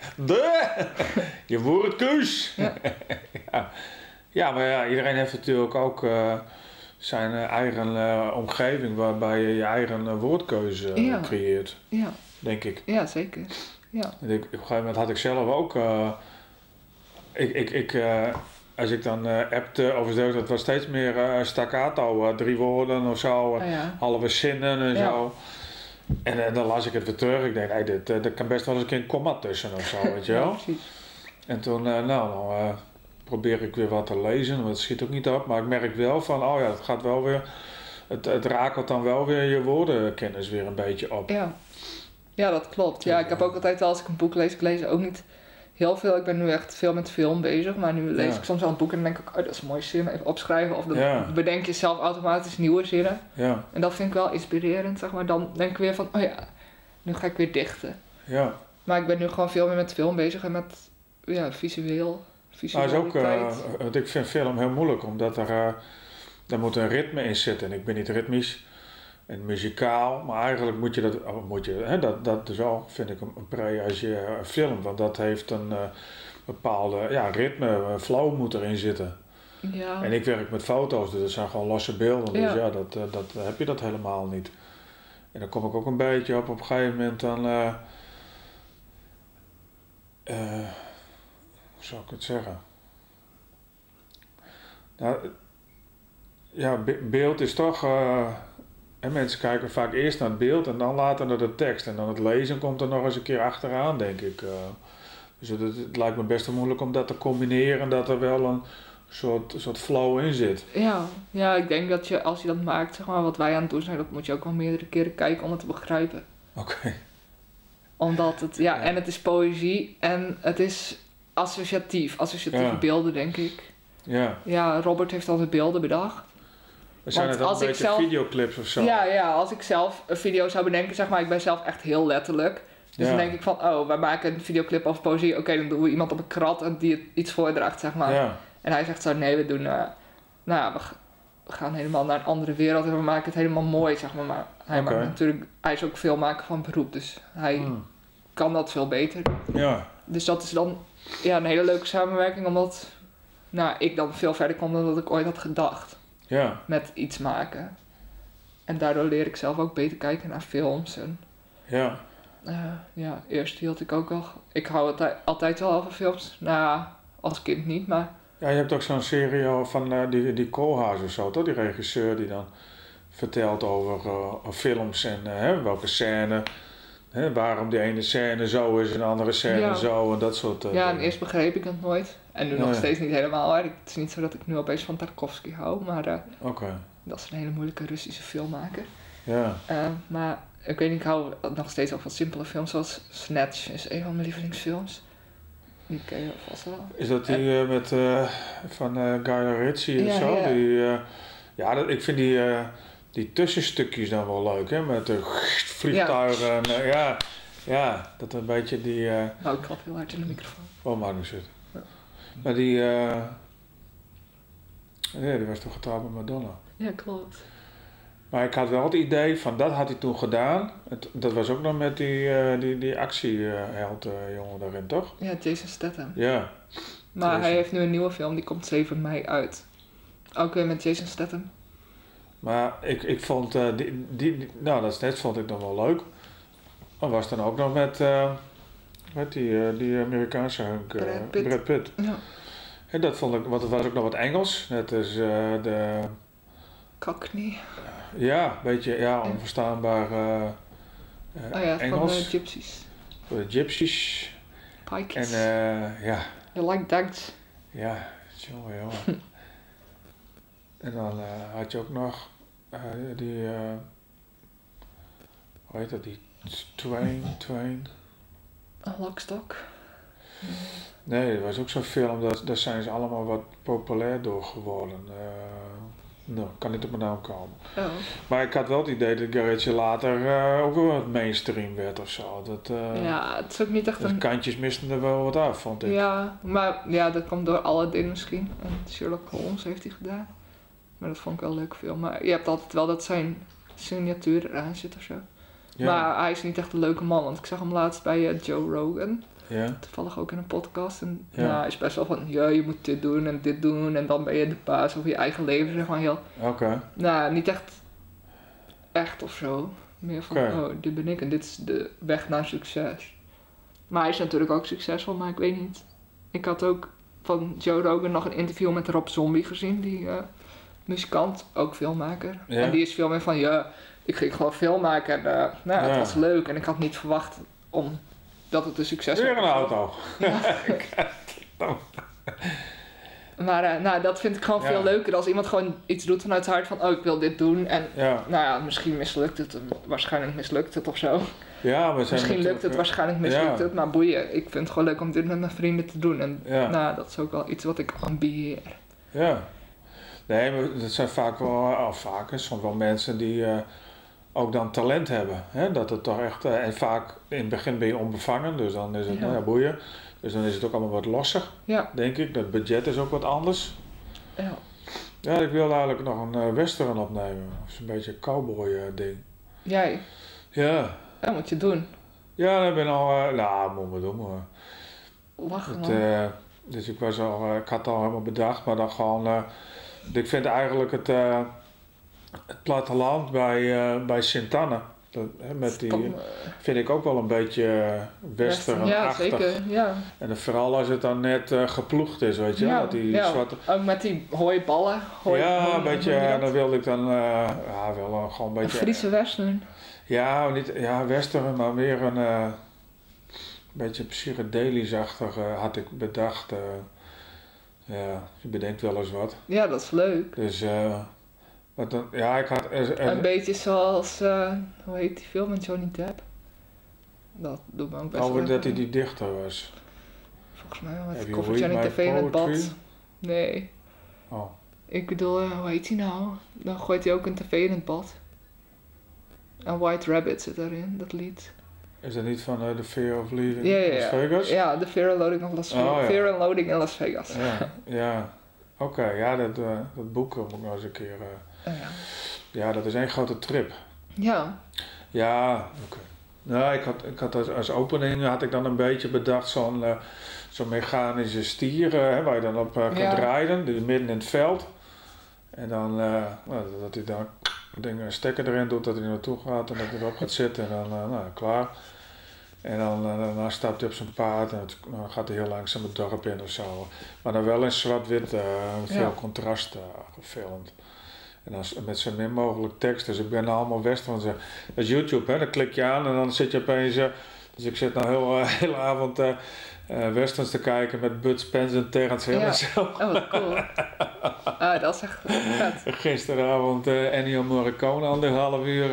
Je woordkeus. Ja, maar iedereen heeft natuurlijk ook zijn eigen omgeving waarbij je je eigen woordkeuze creëert. Ja. Denk ik. Ja, zeker. Ja. Op een gegeven moment had ik zelf ook... als ik dan appte of zo, dat was steeds meer staccato, 3 woorden of zo, halve zinnen en zo. En dan las ik het weer terug. Ik denk, er kan best wel eens een keer een komma tussen of zo, weet je wel. En toen, probeer ik weer wat te lezen, want het schiet ook niet op. Maar ik merk wel van, het gaat wel weer, het rakelt dan wel weer je woordenkennis weer een beetje op. Ja, dat klopt. Ja, ik heb ook altijd wel, als ik een boek lees, ik lees ook niet heel veel. Ik ben nu echt veel met film bezig, maar nu lees ik soms wel een boek en dan denk ik, dat is een mooie zin, even opschrijven. Of dan bedenk je zelf automatisch nieuwe zinnen. Ja. En dat vind ik wel inspirerend, zeg maar. Dan denk ik weer van, nu ga ik weer dichten. Ja. Maar ik ben nu gewoon veel meer met film bezig en met visueel. Is ook, want ik vind film heel moeilijk, omdat daar moet een ritme in zitten. En ik ben niet ritmisch en muzikaal, maar eigenlijk moet je dat dus al, vind ik, een pre als je filmt. Want dat heeft een bepaalde ritme, flow moet erin zitten. Ja. En ik werk met foto's, dus dat zijn gewoon losse beelden. Dus dat heb je dat helemaal niet. En dan kom ik ook een beetje op een gegeven moment dan... hoe zou ik het zeggen? Nou, beeld is toch... en mensen kijken vaak eerst naar het beeld en dan later naar de tekst. En dan het lezen komt er nog eens een keer achteraan, denk ik. Dus het lijkt me best wel moeilijk om dat te combineren, dat er wel een soort flow in zit. Ja, ik denk dat je, als je dat maakt, zeg maar, wat wij aan het doen zijn, dat moet je ook wel meerdere keren kijken om het te begrijpen. Oké. Omdat het, en het is poëzie en het is associatieve beelden, denk ik. Ja, Robert heeft altijd beelden bedacht. Zijn het dan een beetje videoclips of zo? Ja, als ik zelf een video zou bedenken, zeg maar, ik ben zelf echt heel letterlijk. Dus dan denk ik van, we maken een videoclip over poëzie. Oké, dan doen we iemand op een krat en die iets voordraagt, zeg maar. Ja. En hij zegt zo, nee, we doen, we gaan helemaal naar een andere wereld en we maken het helemaal mooi, zeg maar. Maar hij maakt natuurlijk, hij is ook filmmaker van beroep, dus hij kan dat veel beter. Ja. Dus dat is dan een hele leuke samenwerking, omdat ik dan veel verder kom dan dat ik ooit had gedacht. Ja. Met iets maken. En daardoor leer ik zelf ook beter kijken naar films. En, eerst hield ik ook wel... Ik hou altijd wel van films. Als kind niet, maar... Ja, je hebt ook zo'n serie van die Koolhaas of zo, toch? Die regisseur die dan vertelt over films en welke scène... waarom die ene scène zo is en de andere scène zo en dat soort en eerst begreep ik het nooit. En nu nog steeds niet helemaal. Het is niet zo dat ik nu opeens van Tarkovsky hou, maar dat is een hele moeilijke Russische filmmaker. Ja. Maar ik weet niet, ik hou nog steeds ook van simpele films, zoals Snatch is een van mijn lievelingsfilms. Die ken je vast wel. Is dat die van Guy Ritchie of zo? Ja. Ik vind die tussenstukjes dan wel leuk, hè? Met de vliegtuigen en dat een beetje die... ik klap heel hard in de microfoon. Oh, maar nu zit. Ja. Maar die was toch getrouwd met Madonna? Ja, klopt. Maar ik had wel het idee van, dat had hij toen gedaan. Dat was ook nog met die actieheld jongen daarin, toch? Ja, Jason Statham. Ja. Maar hij heeft nu een nieuwe film, die komt 7 mei uit. Ook weer met Jason Statham. Maar ik vond, dat net vond ik nog wel leuk. Maar was dan ook nog met Met die Amerikaanse hunk, Brad Pitt. Ja. En dat vond ik, want het was ook nog wat Engels. Net als de... Cockney. Ja, een beetje onverstaanbaar Engels. Van de Gypsies. De Gypsies. Pikeys. En You like dogs? Ja, jongen. En dan had je ook nog die... hoe heet dat? Die Twain. Lockstock. Nee, dat was ook zo'n film, daar zijn ze allemaal wat populair door geworden. Kan niet op mijn naam komen. Oh. Maar ik had wel het idee dat Garage later ook wel wat mainstream werd of zo. Het is ook niet echt een... kantjes misten er wel wat af, vond ik. Ja, maar dat komt door Aladdin misschien. En Sherlock Holmes heeft hij gedaan. Maar dat vond ik wel een leuke film. Maar je hebt altijd wel dat zijn signatuur eraan zit of zo. Ja. Maar hij is niet echt een leuke man, want ik zag hem laatst bij Joe Rogan. Ja. Toevallig ook in een podcast. En hij is best wel van, je moet dit doen en dan ben je de baas over je eigen leven, zeg maar heel. Oké. Nou, niet echt of zo. Meer van, dit ben ik en dit is de weg naar succes. Maar hij is natuurlijk ook succesvol, maar ik weet niet. Ik had ook van Joe Rogan nog een interview met Rob Zombie gezien, die muzikant, ook filmmaker. Ja. En die is veel meer van, ik ging gewoon film maken en het was leuk en ik had niet verwacht dat het een succes was. Weer een auto. Ja. Maar dat vind ik gewoon veel leuker als iemand gewoon iets doet vanuit het hart van, ik wil dit doen en misschien mislukt het, waarschijnlijk mislukt het of zo. Ja, misschien lukt het, waarschijnlijk mislukt het, maar boeien, ik vind het gewoon leuk om dit met mijn vrienden te doen en dat is ook wel iets wat ik ambieer. Ja. Nee, maar dat zijn soms wel mensen die ook dan talent hebben. Hè? Dat het toch echt, en vaak in het begin ben je onbevangen, dus dan is het boeien. Dus dan is het ook allemaal wat losser, denk ik. Dat budget is ook wat anders. Ja. Ja, ik wilde eigenlijk nog een western opnemen. Of een beetje een cowboy ding. Jij? Ja. Dat moet je doen. Ja, dat ben al, moet me doen hoor. Lachen dus ik had het al helemaal bedacht, maar dan gewoon, ik vind eigenlijk het platteland bij Sint-Anne, vind ik ook wel een beetje westernachtig. Ja, zeker, ja. En vooral als het dan net geploegd is, weet je. Ja, dat die zwarte... ook met die hooiballen. Een beetje, dan wilde ik dan wel gewoon een beetje... Een Friese western. Ja, niet western, maar meer een beetje psychedelisch-achtig had ik bedacht. Je bedenkt wel eens wat. Ja, dat is leuk. Dus, wat dan, ik had... een beetje zoals, hoe heet die film met Johnny Depp? Dat doet me ook best wel. Over dat hij die dichter was. Volgens mij wel met koffertje en tv in het bad. Nee. Oh. Ik bedoel, hoe heet hij nou? Dan gooit hij ook een tv in het bad. En White Rabbit zit daarin, dat lied. Is dat niet van The Fear of Leaving Las Vegas? Ja, The Fear and Loading of Las Vegas. Fear and Loading in Las Vegas. Ja. Oké, dat boek moet ik nog eens een keer... Ja, dat is één grote trip. Ja. Ja, oké. Nou, ik had als opening had ik dan een beetje bedacht zo'n mechanische stier waar je dan op kunt rijden, die midden in het veld. En dan dat hij dan een stekker erin doet, dat hij naartoe gaat en dat hij erop gaat zitten en dan klaar. En dan stapt hij op zijn paard en dan gaat hij heel langzaam het dorp in of zo. Maar dan wel in zwart-wit, veel contrast gefilmd. En dan met zo min mogelijk tekst. Dus ik ben allemaal westerns. Dat is YouTube, hè? Dan klik je aan en dan zit je opeens... dus ik zit nou hele avond westerns te kijken met Bud Spencer en Terrence Hill en zo. Oh, wat cool. Dat is echt vet. Gisteravond Ennio Morricone 1,5 uur.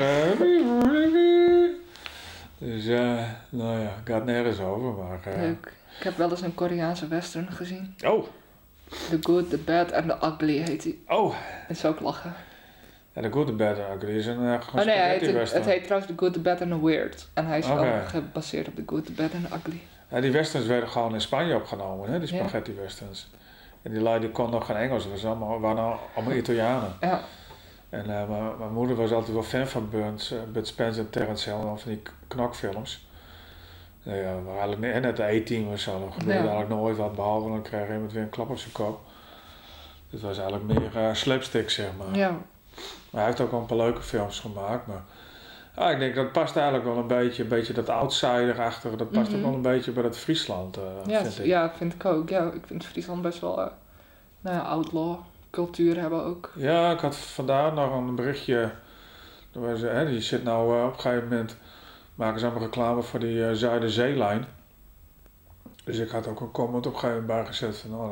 Dus gaat nergens over. Maar, leuk. Ik heb wel eens een Koreaanse western gezien. Oh. The Good, The Bad and The Ugly heet die. Oh. Dat is ook lachen. Ja, The Good, The Bad and The Ugly is een het heet trouwens The Good, The Bad and The Weird. En hij is wel gebaseerd op The Good, The Bad and The Ugly. Ja, die westerns werden gewoon in Spanje opgenomen, hè? Die spaghetti westerns. En die lui die kon nog geen Engels, dat waren allemaal Italianen. Ja. En mijn moeder was altijd wel fan van Bud Spencer en Terrence Hill, van die knokfilms. Nou ja, eigenlijk net de A-team of zo. Er gebeurde eigenlijk nooit wat, behalve dan kreeg iemand weer een klap op zijn kop. Het was eigenlijk meer slapstick, zeg maar. Ja. Maar hij heeft ook al een paar leuke films gemaakt, maar Ik denk dat past eigenlijk wel een beetje dat outsider-achtige, dat past ook wel een beetje bij dat Friesland, vind ik. Ja, vind ik ook. Ja, ik vind Friesland best wel outlaw cultuur hebben ook. Ja, ik had vandaag nog een berichtje. Die zit nou op een gegeven moment, maken ze allemaal reclame voor die Zuiderzeelijn. Dus ik had ook een comment op een gegeven moment bijgezet van,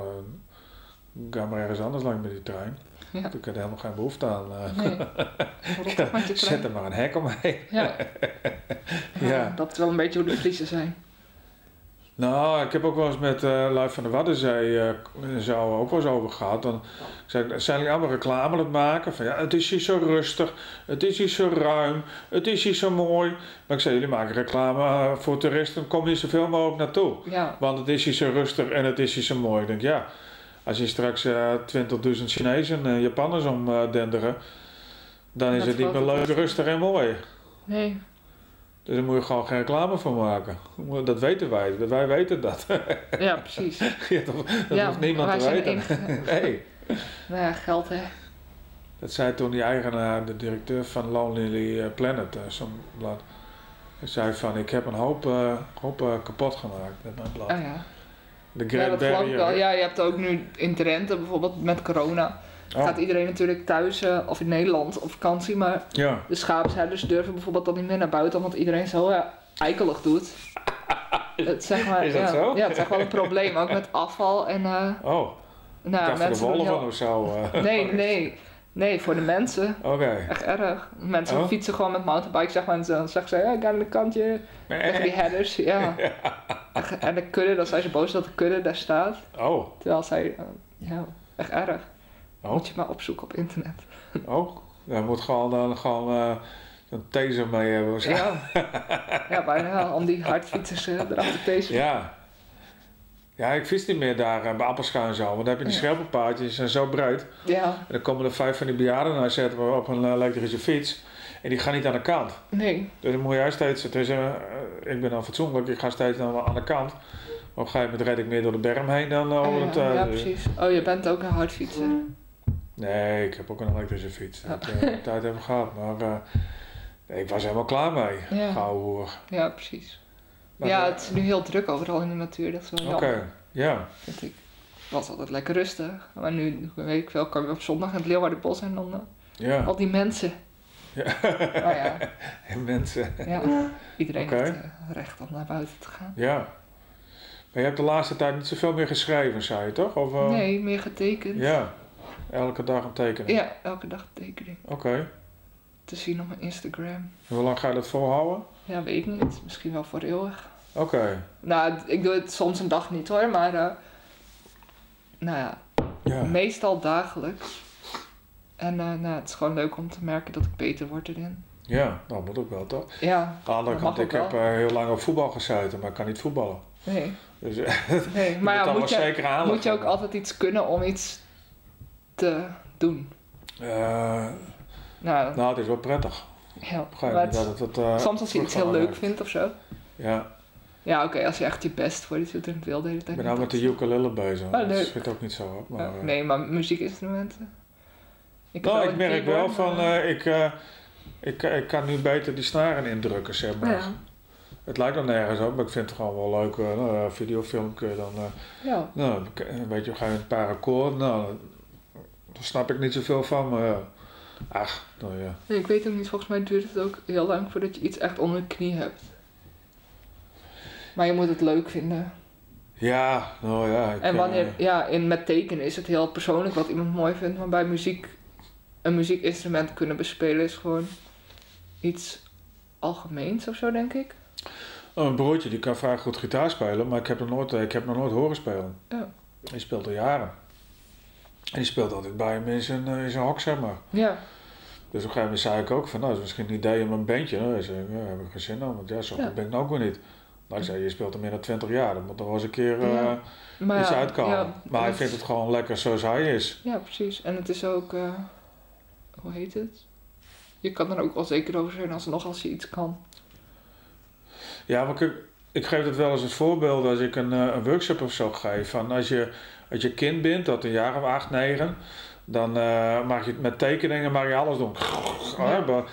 ga maar ergens anders langs met die trein. Ja. Ik had er helemaal geen behoefte aan. Nee. Zet er maar een hek omheen. Ja. Ja. Dat is wel een beetje hoe de Friesen zijn. Nou, ik heb ook wel eens met Luif van de Waddenzee zo ook wel eens over gehad. Dan zijn jullie allemaal reclame aan het maken van ja, het is hier zo rustig, het is hier zo ruim, het is hier zo mooi. Maar ik zei, jullie maken reclame voor toeristen, kom hier zoveel mogelijk naartoe. Ja. Want het is hier zo rustig en het is hier zo mooi. Ik denk ja, als je straks 20.000 Chinezen en Japanners omdenderen, dan is Dat het niet meer leuk, rustig en mooi. Nee. Dus daar moet je gewoon geen reclame voor maken. Dat weten wij weten dat. Ja, precies. Ja, dat hoeft niemand te weten. Nee. Nou ja, geld hè. Dat zei toen die eigenaar, de directeur van Lonely Planet, zo'n blad. Hij zei van, ik heb een hoop kapot gemaakt met mijn blad. Oh ja. De Ja, Great dat geloof ik Barrier. wel. Ja, je hebt ook nu in Drenthe bijvoorbeeld met corona. Gaat iedereen natuurlijk thuis of in Nederland op vakantie, maar Ja. de schaapsherders durven bijvoorbeeld dan niet meer naar buiten omdat iedereen zo eikelig doet. Het, zeg maar, Is dat zo? Ja, het is echt wel een probleem, ook met afval en Nou, ik dacht voor de doen wolven heel- of zo. Nee, voor de mensen. Oké. Echt erg. Mensen fietsen gewoon met mountainbikes, zeg maar, en dan zeggen ze, ik ga aan de kantje. Tegen die herders, ja. En de kudde, dan zijn ze boos dat de kudde daar staat. Oh. Terwijl zij, echt erg. Oh. Moet je maar opzoeken op internet. Oh. Daar moet gewoon een taser mee hebben. Of zo. Ja, bijna wel, om die hardfietsers eraf te pezen. Ja. Ja, ik fiets niet meer daar bij Appelscha en zo, want dan heb je die schelpenpaadjes, die zijn zo breed. Ja, En dan komen er 5 van die bejaarden naar zetten we op een elektrische fiets. En die gaan niet aan de kant. nee. Dus dan moet jij steeds, ik ben dan fatsoenlijk, ik ga steeds aan de kant. Op een gegeven moment red ik meer door de berm heen dan over het... Ja, precies. Oh, je bent ook een hardfietser. Nee, ik heb ook een elektrische fiets. Dat tijd hebben we gehad, maar nee, ik was helemaal klaar mee. Ja. Gauw hoer. Ja, precies. Maar, Ja, het is nu heel druk overal in de natuur, dat is wel jammer. Oké, ja. Vind ik. Het was altijd lekker rustig. Maar nu, weet ik wel, kan je op zondag in het Leeuwardenbos en dan Ja. al die mensen. Ja. Nou ja, En mensen. ja. Iedereen Oké. heeft recht om naar buiten te gaan. Ja. Maar je hebt de laatste tijd niet zoveel meer geschreven, zei je toch? Of, Nee, meer getekend. Ja. Elke dag een tekening. Ja, elke dag een tekening. Oké. Te zien op mijn Instagram. En hoe lang ga je dat volhouden? Ja, weet ik niet. Misschien wel voor eeuwig. Oké. Nou, ik doe het soms een dag niet hoor, maar nou ja, Ja. meestal dagelijks. En het is gewoon leuk om te merken dat ik beter word erin. Ja, dat moet ook wel toch? Ja, Aan de andere dat kant, mag ik ook heb wel. heel lang op voetbal gezeten, maar ik kan niet voetballen. Nee, Dus nee. Maar ja, dan moet wel zeker aandacht moet je ook hebben. altijd iets kunnen om iets te doen. Nou, nou, het is wel prettig. ja. Op een gegeven Maar moment dat het... soms als je iets heel leuk vindt of zo. Ja, Ja, oké, als je echt je best voor iets doet en het wil de hele ik tijd. ben nou niet, met de dat- ukulele bezig. Oh, Dat leuk. zit ook niet zo op. Maar, nee, maar muziekinstrumenten. nou, ik een merk wel keyboard, van... maar- ik kan nu beter die snaren indrukken, zeg maar. Ja, Het lijkt er nergens op, maar ik vind het gewoon wel leuk. Videofilm kun je dan... ja. nou, weet je, ga je een paar akkoorden. Nou, daar snap ik niet zoveel van, maar ja. Ach, nou ja. Nee, ik weet ook niet, volgens mij duurt het ook heel lang voordat je iets echt onder de knie hebt. Maar je moet het leuk vinden. Ja, nou ja. En wanneer, met tekenen is het heel persoonlijk wat iemand mooi vindt, maar bij muziek, een muziekinstrument kunnen bespelen is gewoon iets algemeens of zo, denk ik. Een broertje die kan vrij goed gitaar spelen, maar ik heb nog nooit horen spelen. Ja. Hij speelt al jaren. En die speelt altijd bij hem in zijn hok, zeg maar. Ja, Dus op een gegeven moment zei ik ook van, nou, dat is misschien een idee om een bandje. Nou, hij zei, ja, daar heb ik geen zin aan, want ja, zo goed ben ik nou ook weer niet. Maar ik zei, je speelt al meer dan 20 jaar, dat moet er wel eens een keer maar iets ja, uitkomen. ja, maar hij vindt het gewoon lekker zoals hij is. Ja, precies. En het is ook, hoe heet het? Je kan er ook wel zeker over zijn als je iets kan. Ja, maar ik geef het wel eens als voorbeeld als ik een workshop of zo geef. Van als je kind bent, tot een jaar of 8, 9, dan mag je met tekeningen mag je alles doen. Ja.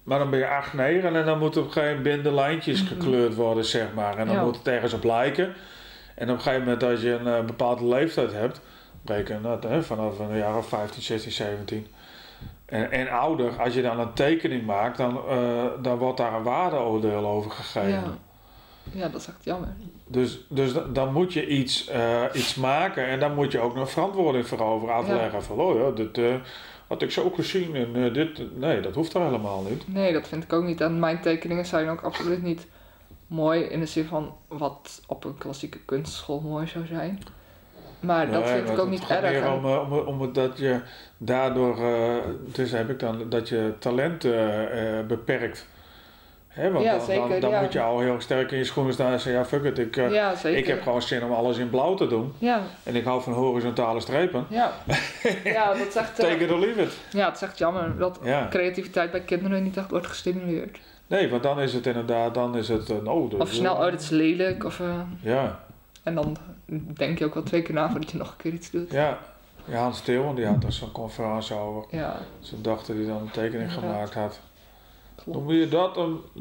maar dan ben je 8, 9 en dan moeten op geen bindenlijntjes gekleurd worden, zeg maar. En dan moet het ergens op lijken. En op een gegeven moment, als je een bepaalde leeftijd hebt, reken dat vanaf een jaar of 15, 16, 17 en ouder, als je dan een tekening maakt, dan wordt daar een waardeoordeel over gegeven. Ja, dat is echt jammer. Dus dan moet je iets maken en dan moet je ook nog verantwoording voor over afleggen. Van, oh ja, dit had ik zo gezien en dit, nee, dat hoeft er helemaal niet. Nee, dat vind ik ook niet. En mijn tekeningen zijn ook absoluut niet mooi in de zin van wat op een klassieke kunstschool mooi zou zijn. Maar dat vind ik ook niet erg. Het gaat meer omdat je daardoor, dus heb ik dan, dat je talent beperkt. Hè, want dan moet je al heel sterk in je schoenen staan en zeggen, ja fuck it, ik heb gewoon zin om alles in blauw te doen. Ja. En ik hou van horizontale strepen. Ja, dat is echt... Take it or leave it. Ja, het is echt jammer dat creativiteit bij kinderen niet echt wordt gestimuleerd. Nee, want dan is het inderdaad, of snel, dat is lelijk, of... ja. En dan denk je ook wel 2 keer na voordat je nog een keer iets doet. Ja, Hans Steeuwen die had er zo'n conferentie over. Ja. Zijn dochter die dan een tekening gemaakt had. Noem je dat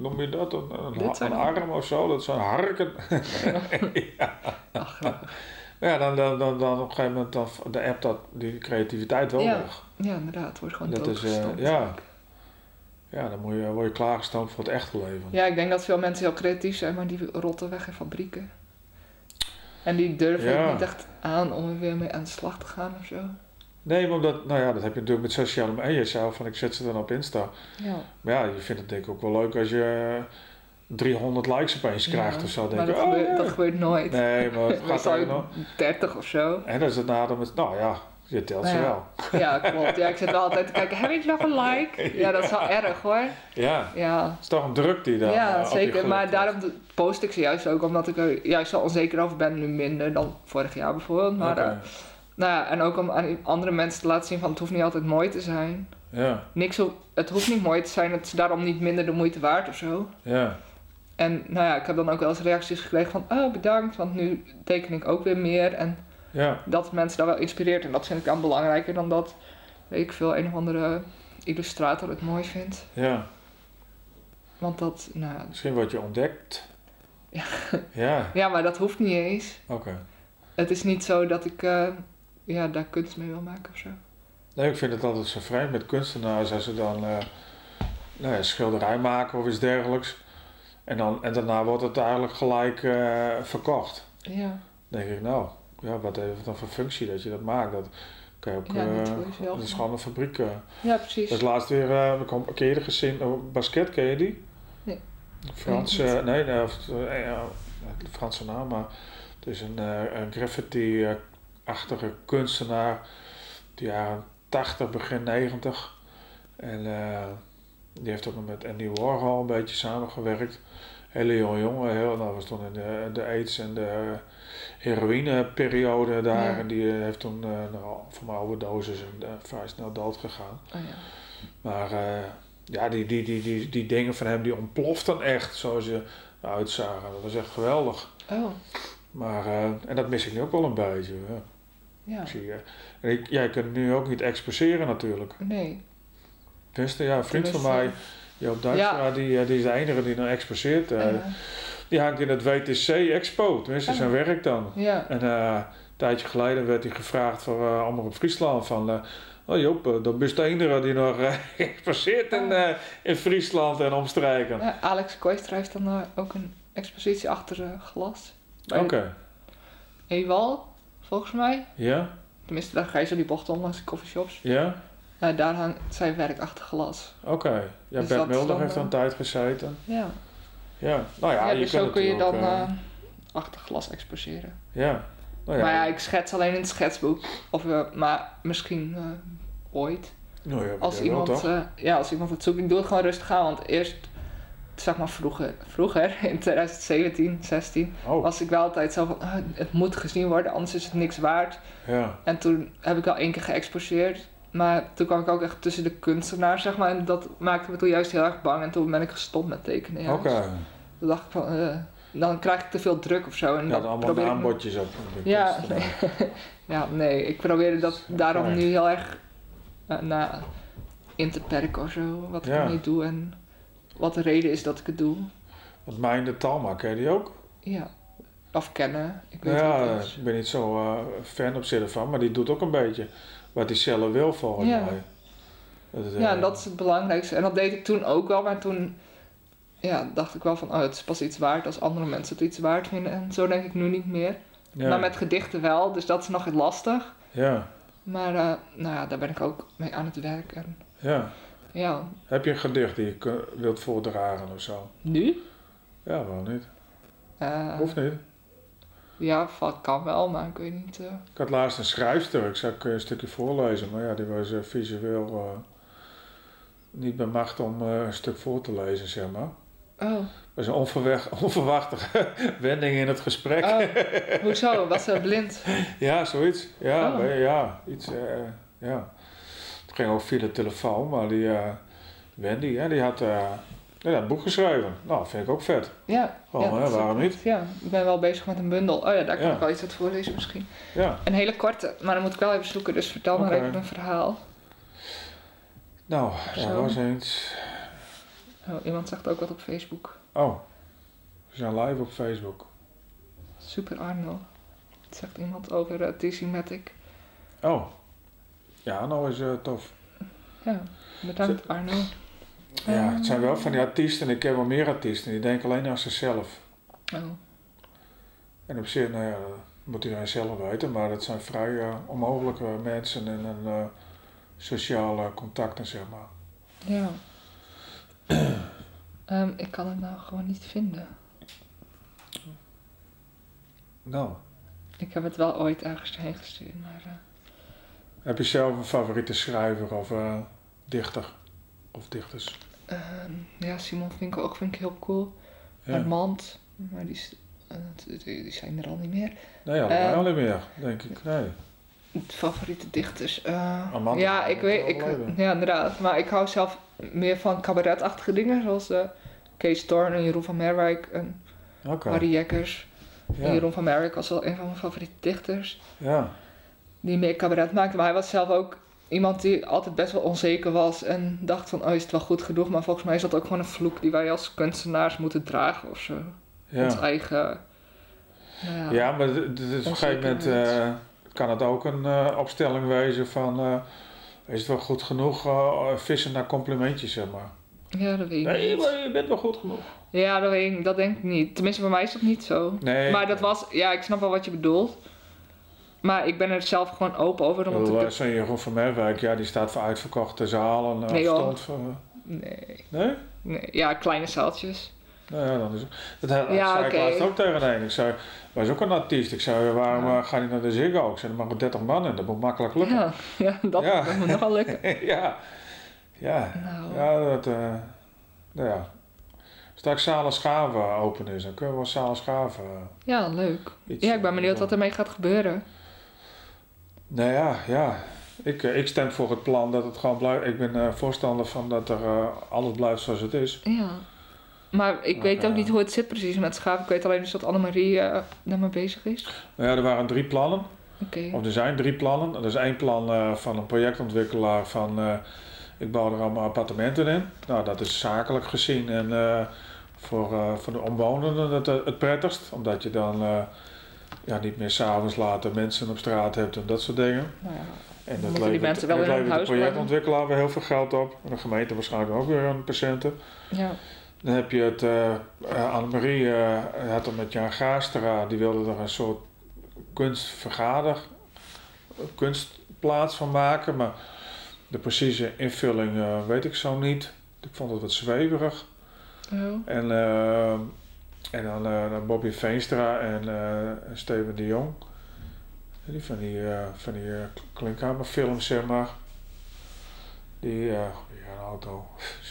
een arm of zo? Dat is een harken. Ja. Ach, grappig. Ja, dan op een gegeven moment de app dat die creativiteit wel weg. Ja, inderdaad. Het wordt gewoon dat doodgestampt. Ja, dan word je klaargestoomd voor het echte leven. Ja, ik denk dat veel mensen heel creatief zijn, maar die rotten weg in fabrieken. En die durven het niet echt aan om er weer mee aan de slag te gaan of zo. Nee, maar dat heb je natuurlijk met sociale media. Je zei van ik zet ze dan op Insta. Ja. Maar ja, je vindt het denk ik ook wel leuk als je 300 likes opeens krijgt of zo. Maar dat gebeurt nooit. Nee, maar het gaat ook nog. 30 of zo. En dan is het nadeel met, je telt ze wel. Ja, klopt. Ja, ik zit wel altijd te kijken, heb ik nog een like? Ja, dat is wel erg hoor. Ja. Het is toch een druk die dan ja, zeker. Maar daarom post ik ze juist ook, omdat ik er juist zo onzeker over ben. Nu minder dan vorig jaar bijvoorbeeld. Maar en ook om aan andere mensen te laten zien van het hoeft niet altijd mooi te zijn. Ja. Het hoeft niet mooi te zijn, het is daarom niet minder de moeite waard of zo. Ja. En ik heb dan ook wel eens reacties gekregen van, oh bedankt, want nu teken ik ook weer meer. En dat mensen daar wel inspireert. En dat vind ik dan belangrijker dan dat, weet ik veel, een of andere illustrator het mooi vindt. Ja. Want dat, misschien wat je ontdekt. Ja. Ja, maar dat hoeft niet eens. Oké. Het is niet zo dat ik daar kunst mee wil maken of zo. Nee, ik vind het altijd zo vreemd met kunstenaars als ze dan een schilderij maken of iets dergelijks. En daarna wordt het eigenlijk gelijk verkocht. Ja. Dan denk ik, wat heeft het dan voor functie dat je dat maakt? Dat kan je ook, dat is gewoon een fabriek. Ja, precies. Dat is laatst weer, ik heb een keer eerder gezien, Basket, ken je die? Nee. De Franse naam, maar het is een graffiti-achtige kunstenaar, die jaren 80, begin 90. En die heeft ook nog met Andy Warhol een beetje samengewerkt. Hele jongen, dat was toen in de AIDS en de heroïneperiode daar. Ja. En die heeft toen voor mijn overdosis en vrij snel dood gegaan. Oh, ja. Maar die dingen van hem die ontploften echt zoals ze uitzagen. Dat was echt geweldig. Oh. Maar, en dat mis ik nu ook wel een beetje. Ja. Jij kunt nu ook niet exposeren natuurlijk. Nee. Tenminste, een vriend van mij, Joop Dijkstra, die is de enige die nou exposeert. Die hangt in het WTC Expo, tenminste zijn werk dan. Ja. En een tijdje geleden werd hij gevraagd voor allemaal op Friesland van... Joop, dat is de enige die nog exposeert in Friesland en omstreken. Ja, Alex Koistra heeft dan ook een expositie achter glas. Oké. Ewal, volgens mij. Ja? Tenminste, daar ga je zo die bocht om langs de coffeeshops. Ja? Daar hangt zijn werk achter glas. Oké. Ja, dus Bert Mulder heeft er een tijd gezeten. Ja. Ja, dus zo kun je dan achter glas exposeren. Ja. Maar ik schets alleen in het schetsboek. Maar misschien ooit. Als iemand het zoekt. Ik doe het gewoon rustig aan. Want eerst, zeg maar vroeger in 2017, 16, was ik wel altijd zo van, het moet gezien worden, anders is het niks waard. Ja. En toen heb ik al 1 keer geëxposeerd. Maar toen kwam ik ook echt tussen de kunstenaars, zeg maar. En dat maakte me toen juist heel erg bang. En toen ben ik gestopt met tekenen. Oké. Toen dacht ik van, dan krijg ik te veel druk of zo. En dan allemaal naambordjes op. Nee. Ik probeerde dat daarom nu heel erg in te perken of zo. Wat ik niet doe. En wat de reden is dat ik het doe. Want Mijn de Talma, ken je die ook? Ja. Of kennen. Ik weet Ja, het niet. ik ben niet zo fan op zich ervan, maar die doet ook een beetje wat hij zelf wil volgens Ja. mij. Ja, en dat is het belangrijkste. En dat deed ik toen ook wel, maar toen dacht ik wel van, het is pas iets waard als andere mensen het iets waard vinden. En zo denk ik nu niet meer. Ja. Maar met gedichten wel, dus dat is nog lastig. Ja, Maar daar ben ik ook mee aan het werk. En, ja. ja, Heb je een gedicht die je wilt voordragen of zo? nu? Ja, waarom niet? Hoeft niet. Ja, kan wel, maar ik weet niet. Ik had laatst een schrijfster, ik zou een stukje voorlezen, maar ja, die was visueel niet bij macht om een stuk voor te lezen, zeg maar. Oh. Dat was een onverwachte wending in het gesprek. Oh, hoezo? Was ze blind? Ja, zoiets. Ja, Oh. ja iets. Ja. Het ging ook via de telefoon, maar die Wendy, die had een boek geschreven. Nou, vind ik ook vet. Ja. Gewoon, dat is waarom ook- niet? Ja, ik ben wel bezig met een bundel. Oh ja, daar kan Ja. ik wel iets uit voorlezen misschien. Ja. Een hele korte, maar dan moet ik wel even zoeken, dus vertel maar Oké. even een verhaal. Nou, Zo. er was eens. Oh, iemand zegt ook wat op Facebook. Oh, we zijn live op Facebook. Super Arno. Het zegt iemand over Matic. Oh, ja, nou is tof. Ja, bedankt Arno. Ja, het zijn wel van die artiesten, ik ken wel meer artiesten, die denken alleen aan zichzelf. Oh. En op zich, nou ja, dat moet iedereen zelf weten, maar dat zijn vrij onmogelijke mensen in een sociale contacten, zeg maar. Ja. Ik kan het nou gewoon niet vinden. Nou, Ik heb het wel ooit ergens heen gestuurd, maar... heb je zelf een favoriete schrijver of dichter of dichters? ja, Simon Vinkel vind ik heel cool. Ja. Armand, maar die zijn er al niet meer. Nee, allebei al niet meer, denk ik. Nee. Favoriete dichters. Armand ja, is ik weet. wel overleden. Ja, inderdaad. Maar ik hou zelf meer van cabaretachtige dingen, zoals Kees Thorn en Jeroen van Merwijk en Oké. Harry Jekkers. En Ja. Jeroen van Merwijk was wel een van mijn favoriete dichters. Ja. Die meer cabaret maakte. Maar hij was zelf ook iemand die altijd best wel onzeker was. En dacht van, is het wel goed genoeg? Maar volgens mij is dat ook gewoon een vloek die wij als kunstenaars moeten dragen of zo. Ons Ja. eigen... Nou ja, Ja, maar op een gegeven moment kan het ook een opstelling wezen van... is het wel goed genoeg? Vissen naar complimentjes, zeg maar. ja, dat weet ik Nee, niet. maar je bent wel goed genoeg. Ja, dat denk ik niet. Tenminste, voor mij is dat niet zo. Nee. Maar dat was... Ja, ik snap wel wat je bedoelt. Maar ik ben er zelf gewoon open over. Omdat ik het... Zo'n Jeroen van Merwijk, ja, die staat voor uitverkochte zalen. Nee, joh. Afstand voor... Nee. Nee? Nee. Ja, kleine zaaltjes. Nou ja, dan is het... Dat zei Ja, ik oké. laatst ook tegen een. Ik zei, wij is ook een artiest. Ik zei, waarom ga je naar de Ziggo? Ik zei, er mogen 30 man in. Dat moet makkelijk lukken. Ja, dat moet nog wel lukken. ja. Ja. Nou, Ja, dat... nou ja. Straks Zalen Schaven open is, dan kunnen we wel Zalen Schaven ja, leuk. iets... Ja, ik ben benieuwd wat ermee gaat gebeuren. Nou ja, ja. Ik stem voor het plan dat het gewoon blijft. Ik ben voorstander van dat er alles blijft zoals het is. Ja. Maar ik weet ook niet hoe het zit precies met schaven. Ik weet alleen dus dat Annemarie daarmee bezig is. Nou ja, er waren 3 plannen. Oké. Of er zijn 3 plannen. Er is 1 plan van een projectontwikkelaar van... ik bouw er allemaal appartementen in. Nou, dat is zakelijk gezien en voor de omwonenden het prettigst. Omdat je dan niet meer s'avonds later mensen op straat hebt en dat soort dingen. Nou ja. En Dan dat moeten die mensen wel in hun levert de huis projectontwikkelaar weer heel veel geld op. En de gemeente waarschijnlijk ook weer een patiënten. Ja. Dan heb je het, Annemarie had er met Jan Gaastra, die wilde er een soort kunstplaats van maken. Maar de precieze invulling weet ik zo niet. Ik vond het wat zweverig. Oh. En dan Bobby Veenstra en Steven de Jong. Die van die klinkhamerfilms, zeg maar. Die, ja, een auto.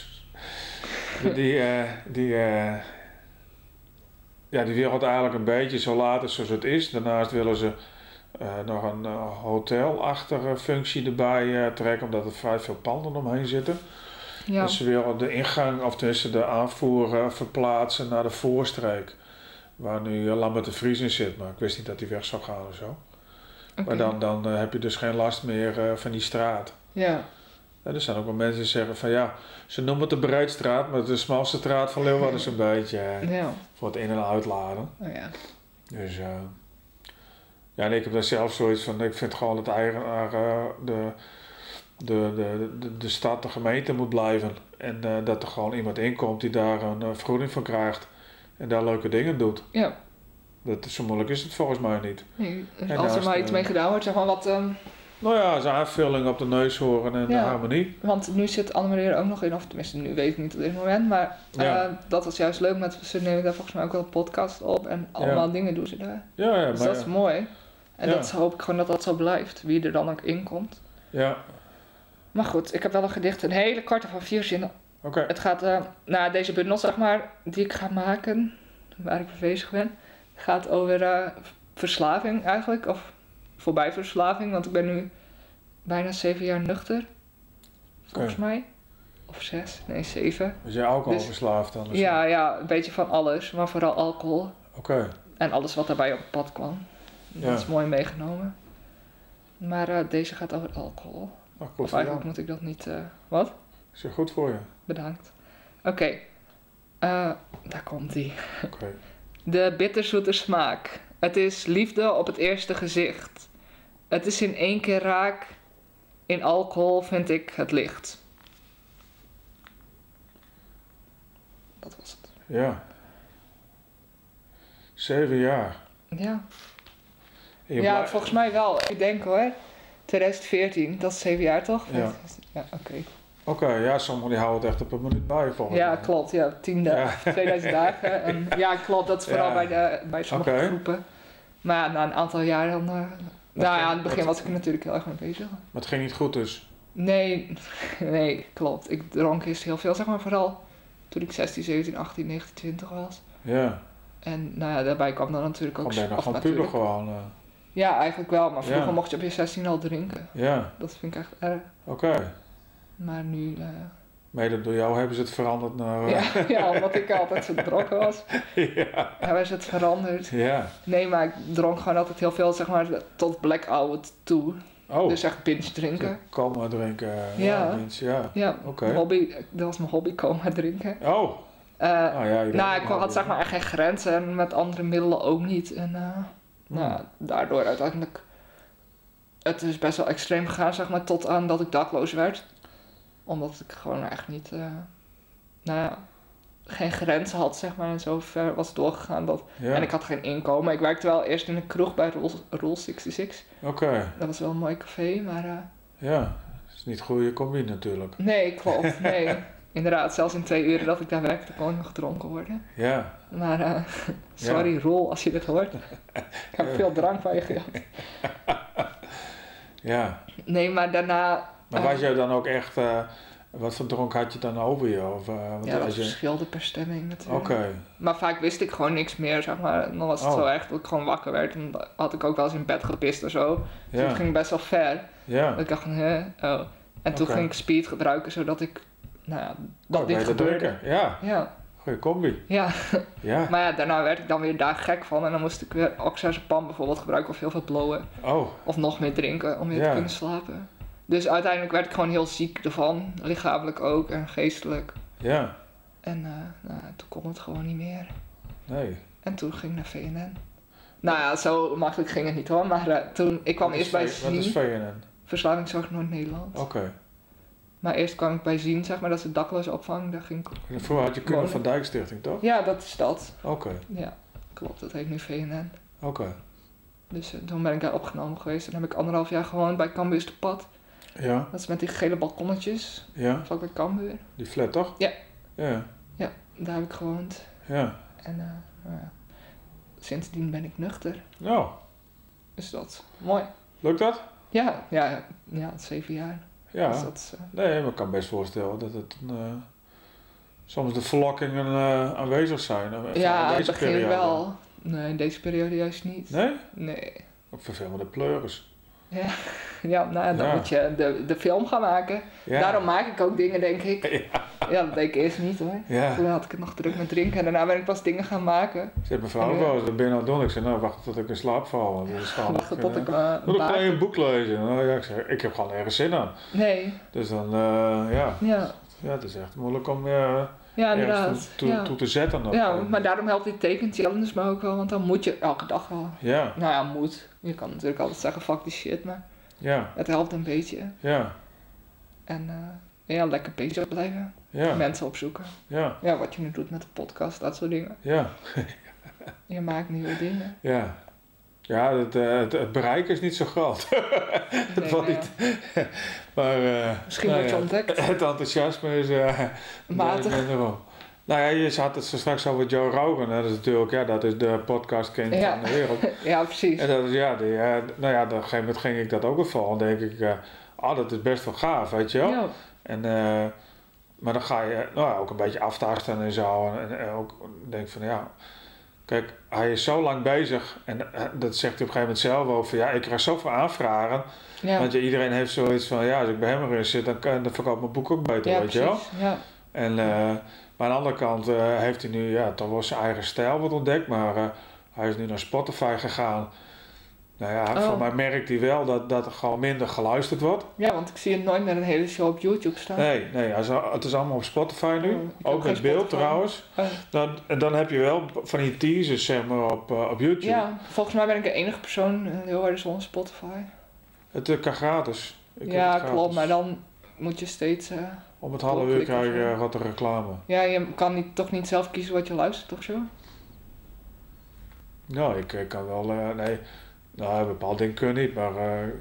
Die wil het eigenlijk een beetje zo laten zoals het is. Daarnaast willen ze nog een hotelachtige functie erbij trekken, omdat er vrij veel panden omheen zitten. Ja. Dus ze willen de ingang, of tussen de aanvoer, verplaatsen naar de voorstreek. Waar nu Lambert de Vries in zit, maar ik wist niet dat hij weg zou gaan of zo. Oké. Maar dan heb je dus geen last meer van die straat. Ja. er zijn ook wel mensen die zeggen van ja, ze noemen het de Breedstraat, maar het is de smalste straat van Leeuwarden zo'n beetje. Voor het in- en uitladen. Oh ja. Dus ja, en ik heb daar zelf zoiets van, ik vind gewoon dat eigenaar de stad, de gemeente moet blijven. En dat er gewoon iemand inkomt die daar een vergoeding van krijgt en daar leuke dingen doet. Ja. Zo moeilijk is het volgens mij niet. Nee, En als er maar iets mee gedaan wordt, zeg maar wat... Nou ja, als aanvulling op de neushoorn en de harmonie. Want nu zit Annemarie er ook nog in, of tenminste nu weet ik niet op dit moment, maar dat was juist leuk, met ze nemen daar volgens mij ook wel een podcast op en allemaal dingen doen ze daar. Ja, dus dat is mooi. En dat hoop ik gewoon dat dat zo blijft, wie er dan ook in komt. Ja. Maar goed, ik heb wel een gedicht, een hele korte van 4 zinnen. Oké. Het gaat, deze bundel zeg maar, die ik ga maken, waar ik mee bezig ben, gaat over verslaving eigenlijk, of voorbij verslaving, want ik ben nu bijna 7 jaar nuchter, volgens mij. Of 6, nee 7. Was jij alcoholverslaafd dan? Ja, een beetje van alles, maar vooral alcohol. Oké. En alles wat daarbij op het pad kwam. Dat is mooi meegenomen. Maar deze gaat over alcohol. Oh, goed of eigenlijk moet ik dat niet... Wat? Is er goed voor je? Bedankt. Oké. Daar komt ie. Oké. De bitterzoete smaak. Het is liefde op het eerste gezicht. Het is in 1 keer raak. In alcohol vind ik het licht. Dat was het. Ja. 7 jaar. Ja. Ja, volgens mij wel. Ik denk hoor. 2014, dat is 7 jaar toch? Ja. Ja, oké. Oké, ja, sommigen die houden het echt op een minuut bij volgens mij. Ja, klopt. Ja, 10 dagen, 2000 dagen. En ja, klopt. Dat is vooral bij sommige groepen. Maar na een aantal jaar dan... aan het begin was ik er natuurlijk heel erg mee bezig. Maar het ging niet goed dus? Nee, klopt. Ik dronk eerst heel veel, zeg maar vooral toen ik 16, 17, 18, 19, 20 was. Ja. En daarbij kwam dan natuurlijk ook... Ben je nog gewoon puber gewoon? Ja, eigenlijk wel. Maar vroeger mocht je op je 16 al drinken. Ja. Dat vind ik echt erg. Oké. Maar nu... Mede door jou hebben ze het veranderd naar... Ja, omdat ik altijd zo dronken was. Hebben ze het veranderd. Ja. Nee, maar ik dronk gewoon altijd heel veel, zeg maar, tot blackout toe. Oh. Dus echt binge drinken. Coma drinken. Ja. Oké. Hobby, dat was mijn hobby, coma drinken. Oh. Ik had zeg maar echt geen grenzen en met andere middelen ook niet. En daardoor uiteindelijk... Het is best wel extreem gegaan, zeg maar, tot aan dat ik dakloos werd. Omdat ik gewoon echt niet... geen grenzen had, zeg maar. En zo ver was doorgegaan. En ik had geen inkomen. Ik werkte wel eerst in een kroeg bij Rule 66. Oké. Dat was wel een mooi café, maar... Ja, dat is niet een goede combi natuurlijk. Nee, klopt. Nee. Inderdaad, zelfs in 2 uren dat ik daar werkte, kon ik nog gedronken worden. Ja. Maar, sorry Roel, als je dit hoort. Ik heb veel drank van je gehad. Ja. Nee, maar daarna... Maar was jij dan ook echt... wat voor dronk had je dan over je? Of, dat verschilde per stemming natuurlijk. Oké. Maar vaak wist ik gewoon niks meer, zeg maar. Dan was het zo echt dat ik gewoon wakker werd. En dan had ik ook wel eens in bed gepist of zo. Dus het ging best wel ver. Ja. Dat ik dacht van, En toen ging ik speed gebruiken, zodat ik... dat dit gebeurde. Ja. Goeie combi. Ja. Maar daarna werd ik dan weer daar gek van. En dan moest ik weer oxazepam bijvoorbeeld gebruiken of heel veel blowen. Oh. Of nog meer drinken om weer te kunnen slapen. Dus uiteindelijk werd ik gewoon heel ziek ervan. Lichamelijk ook en geestelijk. Ja. En toen kon het gewoon niet meer. Nee. En toen ging ik naar VNN. Nou ja, zo makkelijk ging het niet hoor. Maar toen, ik kwam eerst bij ZIEN. Wat is VNN? Verslavingszorg Noord-Nederland. Oké. Maar eerst kwam ik bij ZIEN, zeg maar, dat is de daklozenopvang. Daar ging ik... Vroeger had je Kunnen van Dijk Stichting, toch? Ja, dat is dat. Oké. Ja, klopt. Dat heet nu VNN. Oké. Dus toen ben ik daar opgenomen geweest. En heb ik 1,5 jaar gewoon bij Cambuur de Pad. Ja. Dat is met die gele balkonnetjes. Ja. Vlak bij Cambuur. Die flat, toch? Ja. Ja. Ja, daar heb ik gewoond. Ja. En sindsdien ben ik nuchter. Nou. Dus dat is mooi. Lukt dat? Ja, 7 jaar. Ja. Dus dat is, nee, maar ik kan best voorstellen dat het soms de verlokkingen aanwezig zijn. Ja, in het begin periode. wel. Nee, in deze periode juist niet. Nee? Nee. Ook vervelende pleuris. Ja, nou, dan moet je de film gaan maken. Ja. Daarom maak ik ook dingen, denk ik. Ja, dat deed ik eerst niet hoor. Ja. Toen had ik het nog druk met drinken en daarna ben ik pas dingen gaan maken. Zegt mijn vrouw ook wel eens, dat ben je nou doen? Ik zei, nou wacht tot ik in slaap val. Wacht tot ik moet ik een boek lezen? Nou ja, ik zeg, ik heb gewoon ergens zin aan. Nee. Dus dan, Ja. Ja, het is echt moeilijk om inderdaad. toe te zetten. Ja, maar daarom helpt die tekenchallenges me ook wel, want dan moet je elke dag wel. Ja. Nou ja, moet. Je kan natuurlijk altijd zeggen, fuck die shit, maar Ja. het helpt een beetje. Ja. En lekker bezig blijven. Ja. Mensen opzoeken. Ja. Ja, wat je nu doet met de podcast, dat soort dingen. Ja. Je maakt nieuwe dingen. Ja. Ja, het bereik is niet zo groot. Het wordt niet. Maar, misschien wordt je ontdekt. Het enthousiasme is matig. Nou ja, je had het straks over Joe Rogan. Hè. Dat is natuurlijk, dat is de podcastking van de wereld. Ja, precies. En dat is, op een gegeven moment ging ik dat ook weer volgen. Dan denk ik, dat is best wel gaaf, weet je wel. Ja. En, maar dan ga je ook een beetje aftasten en zo. En ook denk van, kijk, hij is zo lang bezig. En dat zegt hij op een gegeven moment zelf ook. Van, ik krijg zoveel aanvragen. Ja. Want iedereen heeft zoiets van, als ik bij hem erin zit, dan verkoopt mijn boek ook beter, weet je wel. Ja. En, maar aan de andere kant heeft hij nu toch wel zijn eigen stijl wat ontdekt. Maar hij is nu naar Spotify gegaan. Nou ja, voor mij merkt hij wel dat er gewoon minder geluisterd wordt. Ja, want ik zie het nooit meer een hele show op YouTube staan. Nee, het is allemaal op Spotify nu. Ook met beeld trouwens. Oh. Dan heb je wel van die teasers zeg maar op YouTube. Ja, volgens mij ben ik de enige persoon die hoorde zonder Spotify. Het kan gratis. Klopt, maar dan moet je steeds... om het half uur krijg je wat reclame. Ja, je kan toch niet zelf kiezen wat je luistert of zo? Nou, ik kan wel... Nou, bepaalde dingen kun je niet, maar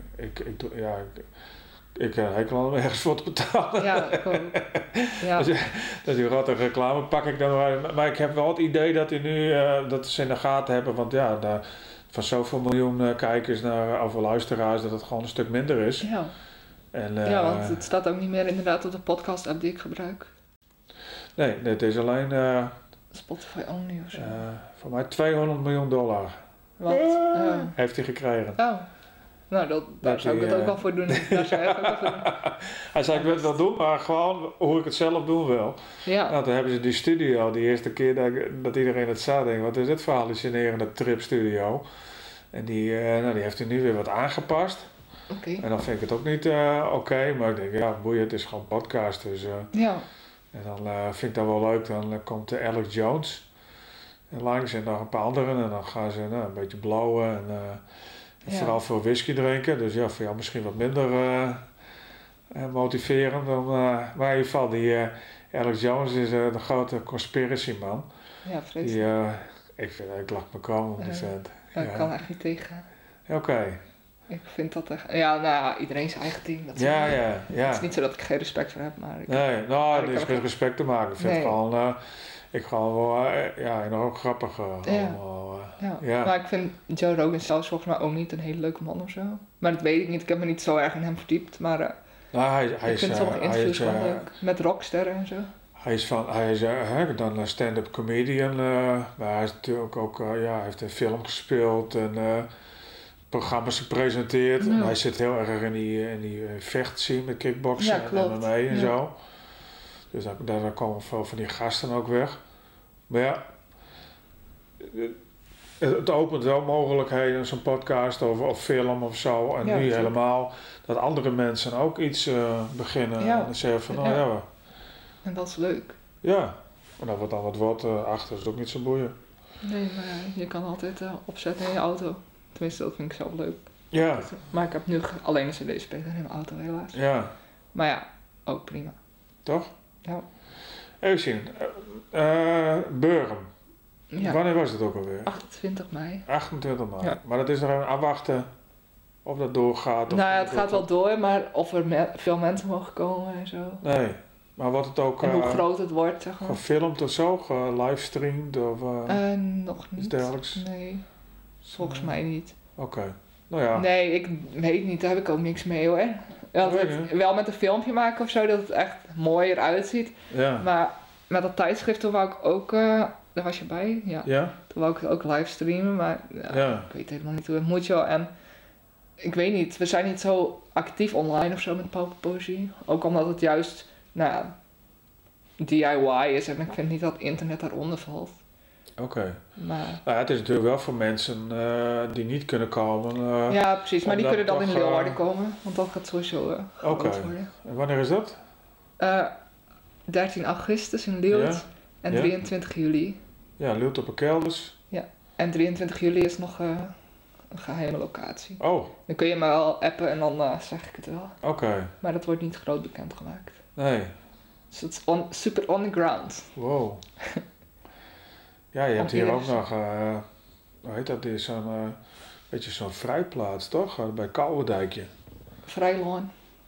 ik hekel aan om ergens voor te betalen. Ja, ik ook. Ja. Dus die rotte reclame pak ik dan maar ik heb wel het idee dat die nu dat ze in de gaten hebben, want van zoveel miljoen kijkers of luisteraars dat het gewoon een stuk minder is. Ja. En, want het staat ook niet meer inderdaad op de podcast app die ik gebruik. Nee, het is alleen Spotify only of zo. voor mij $200 miljoen. Wat? Heeft hij gekregen. Oh. Nou, daar zou ik het ook wel voor doen. Daar zou ik ook wel voor doen. Hij zei, ik wil het wel doen, maar gewoon hoe ik het zelf doe wel. Ja. Nou, toen hebben ze die studio, die eerste keer dat iedereen het zag, denk wat is dit voor hallucinerende tripstudio? En die heeft hij nu weer wat aangepast. Okay. En dan vind ik het ook niet oké, maar ik denk, boeien, het is gewoon podcast. Dus, ja. En dan vind ik dat wel leuk, dan komt Alex Jones langs en nog een paar anderen en dan gaan ze een beetje blowen en vooral veel whisky drinken. Dus voor jou misschien wat minder motiverend. Maar in ieder geval, die Alex Jones is de grote conspiracy man. Ja, vreselijk. Ik lach me komen om die vent. Ik kan echt niet tegen. Oké. Ik vind dat echt... Ja, iedereen zijn eigen ding. Dat Het is niet zo dat ik geen respect voor heb, maar... Er is geen respect te maken. Ik vind het gewoon... ik gewoon wel enorm grappig allemaal. Maar ik vind Joe Rogan zelfs volgens mij ook niet een hele leuke man of zo. Maar dat weet ik niet. Ik heb me niet zo erg in hem verdiept, maar... ik vind sommige interviews wel leuk. Met rocksterren en zo. Hij is dan een stand-up comedian, maar hij is natuurlijk ook, hij heeft een film gespeeld en programma's gepresenteerd. En hij zit heel erg in die vechtscene met kickboksen en MMA en zo. Dus daar komen veel van die gasten ook weg. Maar het opent wel mogelijkheden, zo'n podcast of film of zo. En nu helemaal dat andere mensen ook iets beginnen en zeggen van, En dat is leuk. Ja, en dan wordt dan wat woord achter, is ook niet zo boeiend. Nee, maar je kan altijd opzetten in je auto. Tenminste, dat vind ik zelf leuk. Ja. Maar ik heb nu alleen een cd-speler in mijn auto, helaas. Ja. Maar ook prima. Toch? Ja. Even zien. Burgum. Ja. Wanneer was het ook alweer? 28 mei. 28 mei. Ja. Maar dat is er afwachten of dat doorgaat? Of het gaat wel door, maar of er veel mensen mogen komen en zo. Nee. Maar wordt het ook... En hoe groot het wordt, zeg maar. Gefilmd of zo? Gelivestreamd of... nog niet. Dergelijks? Nee. Volgens mij niet. Oké. Nou ja. Nee, ik weet niet. Daar heb ik ook niks mee hoor. Wel met een filmpje maken of zo, dat het echt mooier uitziet. Ja. Maar met dat tijdschrift toen wou ik ook... daar was je bij? Ja. Ja? Toen wou ik ook livestreamen, maar ik weet helemaal niet hoe het moet joh. En ik weet niet, we zijn niet zo actief online of zo met pauperpoëzie. Ook omdat het juist, DIY is en ik vind niet dat internet daaronder valt. Oké. Maar... Nou, het is natuurlijk wel voor mensen die niet kunnen komen. ja, precies, maar die kunnen dan toch, in Leeuwarden komen, want dat gaat sowieso groot worden. En wanneer is dat? 13 augustus in Leeuwarden en 23 juli. Ja, Leeuwarden op een kelders. Ja, en 23 juli is nog een geheime locatie. Oh. Dan kun je me wel appen en dan zeg ik het wel. Oké. Maar dat wordt niet groot bekendgemaakt. Nee. Dus het is super on the ground. Wow. Ja, je hebt hier ook nog, hoe heet dat, zo'n beetje zo'n vrijplaats, toch? Bij Kouwendijkje. Vrijloon.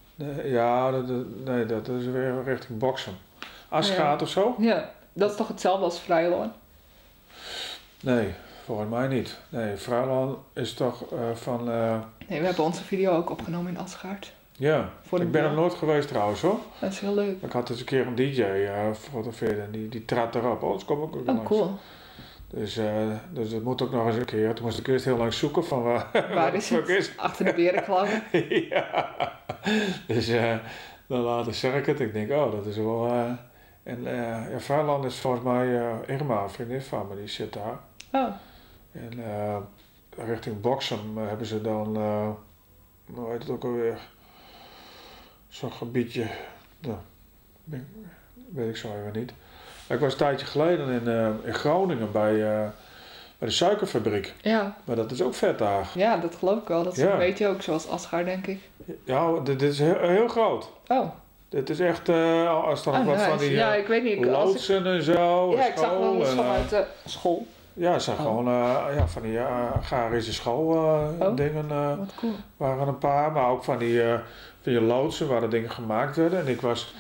Nee, dat is weer richting Boksem. Asgaat of zo? Ja, dat is toch hetzelfde als Vrijloon? Nee, volgens mij niet. Nee, Vrijloon is toch van... Nee, we hebben onze video ook opgenomen in Asgaard. Ja, ik ben er nooit geweest trouwens hoor. Dat is heel leuk. Ik had dus een keer een DJ gefotografeerd en die trad erop. Oh, dus kom ik ook langs. Cool. Dus dat moet ook nog eens een keer. Toen moest ik eerst heel lang zoeken van waar is het? Is. Achter de berenklauwen. Ja. Dus dan later zeg ik het. Ik denk, oh, dat is wel... en Vrijland is volgens mij Irma, een vriendin van me, die zit daar. Oh. En richting Boksem hebben ze dan... hoe heet het ook alweer? Zo'n gebiedje... Nou, weet ik zo even niet. Ik was een tijdje geleden in Groningen bij de suikerfabriek. Ja. Maar dat is ook vet daar. Ja, dat geloof ik wel. Dat is een beetje ook zoals Asgaard, denk ik. Ja, dit is heel groot. Oh. Dit is echt, als dan wat van die ik weet niet, loodsen en zo. Ja, ik zag wel eens vanuit de school. Ja, het zijn gewoon van die agrarische schooldingen. Wat cool. Waren een paar, maar ook van die loodsen waar de dingen gemaakt werden. En ik was...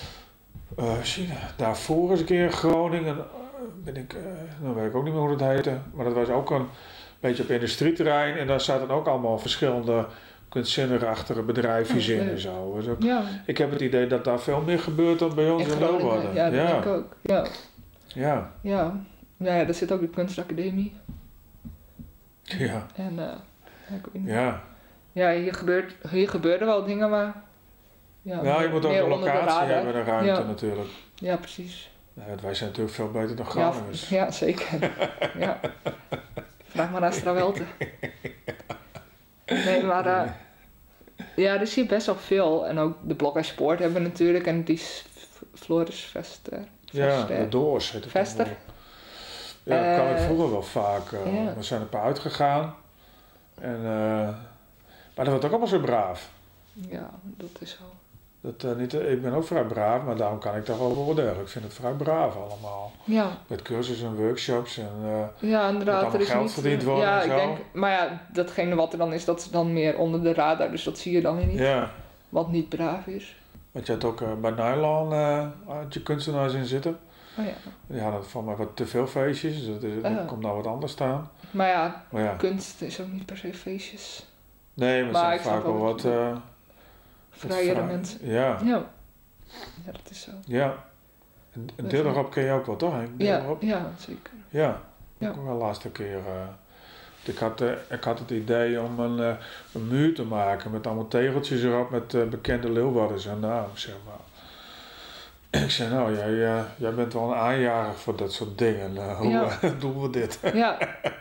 daarvoor eens een keer in Groningen dan weet ik ook niet meer hoe dat heette, maar dat was ook een beetje op industrieterrein en daar zaten ook allemaal verschillende kunstzinnige bedrijfjes in en zo. Dus ook, ik heb het idee dat daar veel meer gebeurt dan bij ons in Leeuwarden. Ja, dat denk ik ook. Ja, daar zit ook de kunstacademie. Ja. En ik weet niet. Ja, hier gebeuren wel dingen, maar... Ja, je moet ook een locatie hebben en een ruimte natuurlijk. Ja, precies. Wij zijn natuurlijk veel beter dan Groningers. Ja, zeker. Ja. Vraag maar naar Strawelte. Nee, maar er is hier best wel veel. En ook de Blok en Sport hebben we natuurlijk. En die Floris Vester. Ja, de Doors heet het. Vester. Ja, dat kan ik vroeger wel vaak. We zijn een paar uitgegaan. En, maar dat wordt ook allemaal zo braaf. Ja, dat is zo. Ik ben ook vrij braaf, maar daarom kan ik toch wel oordelen. Ik vind het vrij braaf allemaal. Ja. Met cursussen en workshops en inderdaad, er is geld niet verdiend worden en zo. Ik denk, maar ja, datgene wat er dan is, dat is dan meer onder de radar, dus dat zie je dan weer niet. Ja. Wat niet braaf is. Want je had ook bij Nylon had je kunstenaars in zitten. Oh ja. Die hadden van mij wat te veel feestjes, dus er komt nou wat anders staan. Maar ja, kunst is ook niet per se feestjes. Nee, maar het zijn vaak wel wat... vrijere mensen. Ja. Ja, dat is zo. Ja. En deel erop ken je ook wel, toch? Ja, zeker. Ja. Ook wel de laatste keer. Ik had het idee om een muur te maken met allemaal tegeltjes erop met bekende Leeuwarders en naam, zeg maar. Ik zei, nou, jij bent wel een aanjager voor dat soort dingen. Hoe doen we dit? Ja.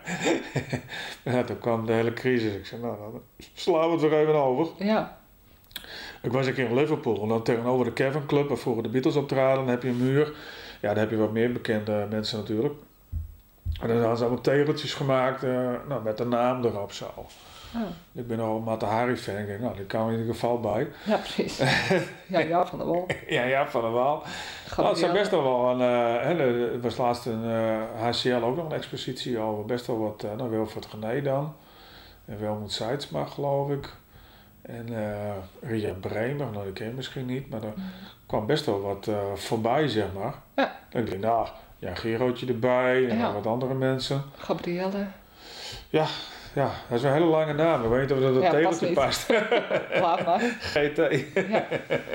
Toen kwam de hele crisis. Ik zei, nou, dan slaan we het weer even over. Ja. Ik was een keer in Liverpool en dan tegenover de Cavern Club, waar vroeger de Beatles optraden, dan heb je een muur. Ja, dan heb je wat meer bekende mensen natuurlijk. En dan hadden ze allemaal tegeltjes gemaakt met de naam erop zo. Oh. Ik ben nogal een Mata Hari fan. Ik denk, nou, die kan er in ieder geval bij. Ja, precies. Ja, van der Wal. Ja, van der Wal. Nou, het zijn best wel er was laatst een HCL ook nog een expositie over best wel wat, Wilfred Gené dan. En Wilmoed Seidsma, geloof ik. En Ria Bremer, nou die ken je misschien niet, maar er kwam best wel wat voorbij, zeg maar. Ja. En ik denk, nou, Gerootje erbij en wat andere mensen. Gabrielle. Ja, dat is een hele lange naam. Ik weet niet of dat tegeltje past. Laat maar. GT. Ja.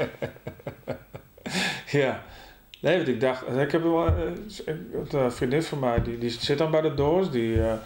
Ja. Nee, want ik dacht, ik heb wel een vriendin van mij, die zit dan bij de Doors, die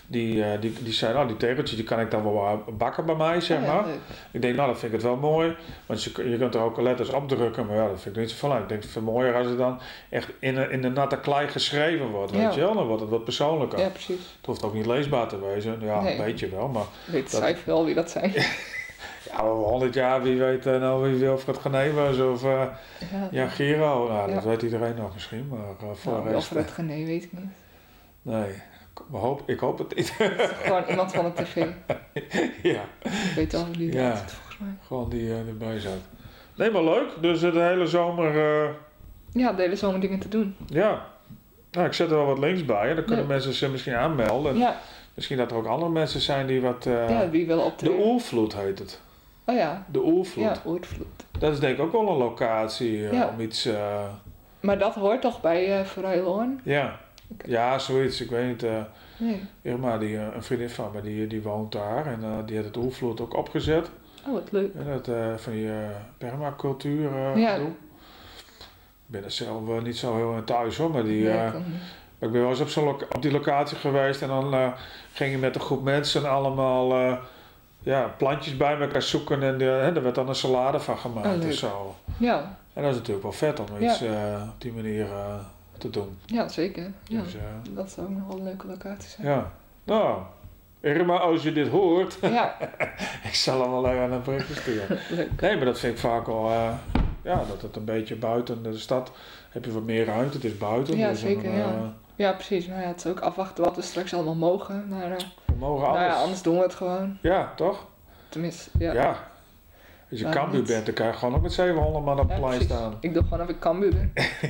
die zei, nou die tegeltjes die kan ik dan wel bakken bij mij, zeg maar. leuk. Ik denk, nou dat vind ik het wel mooi. Want je kunt er ook letters opdrukken, maar ja, dat vind ik niet zo van. Ik denk, het is veel mooier als het dan echt in de natte klei geschreven wordt, weet je wel. Dan wordt het wat persoonlijker. Ja, precies. Het hoeft ook niet leesbaar te wezen. Ja, Nee. een beetje wel, maar... Weet zij wel wie dat zijn. Ja, over 100 jaar, wie weet nou wie Wilfred Gené was of Jan Giro. Nou, dat weet iedereen nog misschien, maar voor de rest... Wilfred Gené weet ik niet. Nee, ik hoop het niet. Het is gewoon iemand van de tv. Ja. Ik weet wel wie die Ja. het volgens mij. Gewoon die erbij zat. Nee, maar leuk. Dus de hele zomer, Ja, de hele zomer dingen te doen. ja. Nou, ik zet er wel wat links bij. En dan kunnen Ja. mensen zich misschien aanmelden. En Ja, misschien dat er ook andere mensen zijn die wat... ja wie wil de optreden. Oervloed heet het. Oh ja, De Oervloed. ja, Oervloed. Dat is denk ik ook wel een locatie Ja. om iets... Maar dat hoort toch bij Verhuiloorn? ja. Oké. Ja, zoiets. Ik weet niet. Nee. Irma, een vriendin van me, die woont daar. En die had het Oervloed ook opgezet. Oh, wat leuk. En dat van die permacultuur Ja. gedoe. Ik ben er zelf niet zo heel in thuis hoor, maar die... Nee, kan- ik ben wel eens op die locatie geweest en dan ging je met een groep mensen allemaal plantjes bij elkaar zoeken en daar werd dan een salade van gemaakt Oh, leuk. of zo. Ja, En dat is natuurlijk wel vet om iets op die manier te doen. ja, zeker. Ja. Dus, Dat zou ook nog wel een leuke locatie zijn. ja. Nou, Irma, als je dit hoort, Ja, ik zal hem wel even een berichtje sturen. leuk. Nee, maar dat vind ik vaak wel, dat het een beetje buiten de stad, heb je wat meer ruimte, het is buiten. Ja, dus dan, zeker, ja. Ja, precies. Maar ja, het is ook afwachten wat we straks allemaal mogen. Maar we mogen alles. nou ja, anders doen we het gewoon. Ja, toch? Tenminste, ja. Ja. Als je Maar Cambuur niet. bent, dan kan je gewoon ook met 700 man op Ja, het plein precies. staan. Ik doe gewoon of ik Cambuur ben.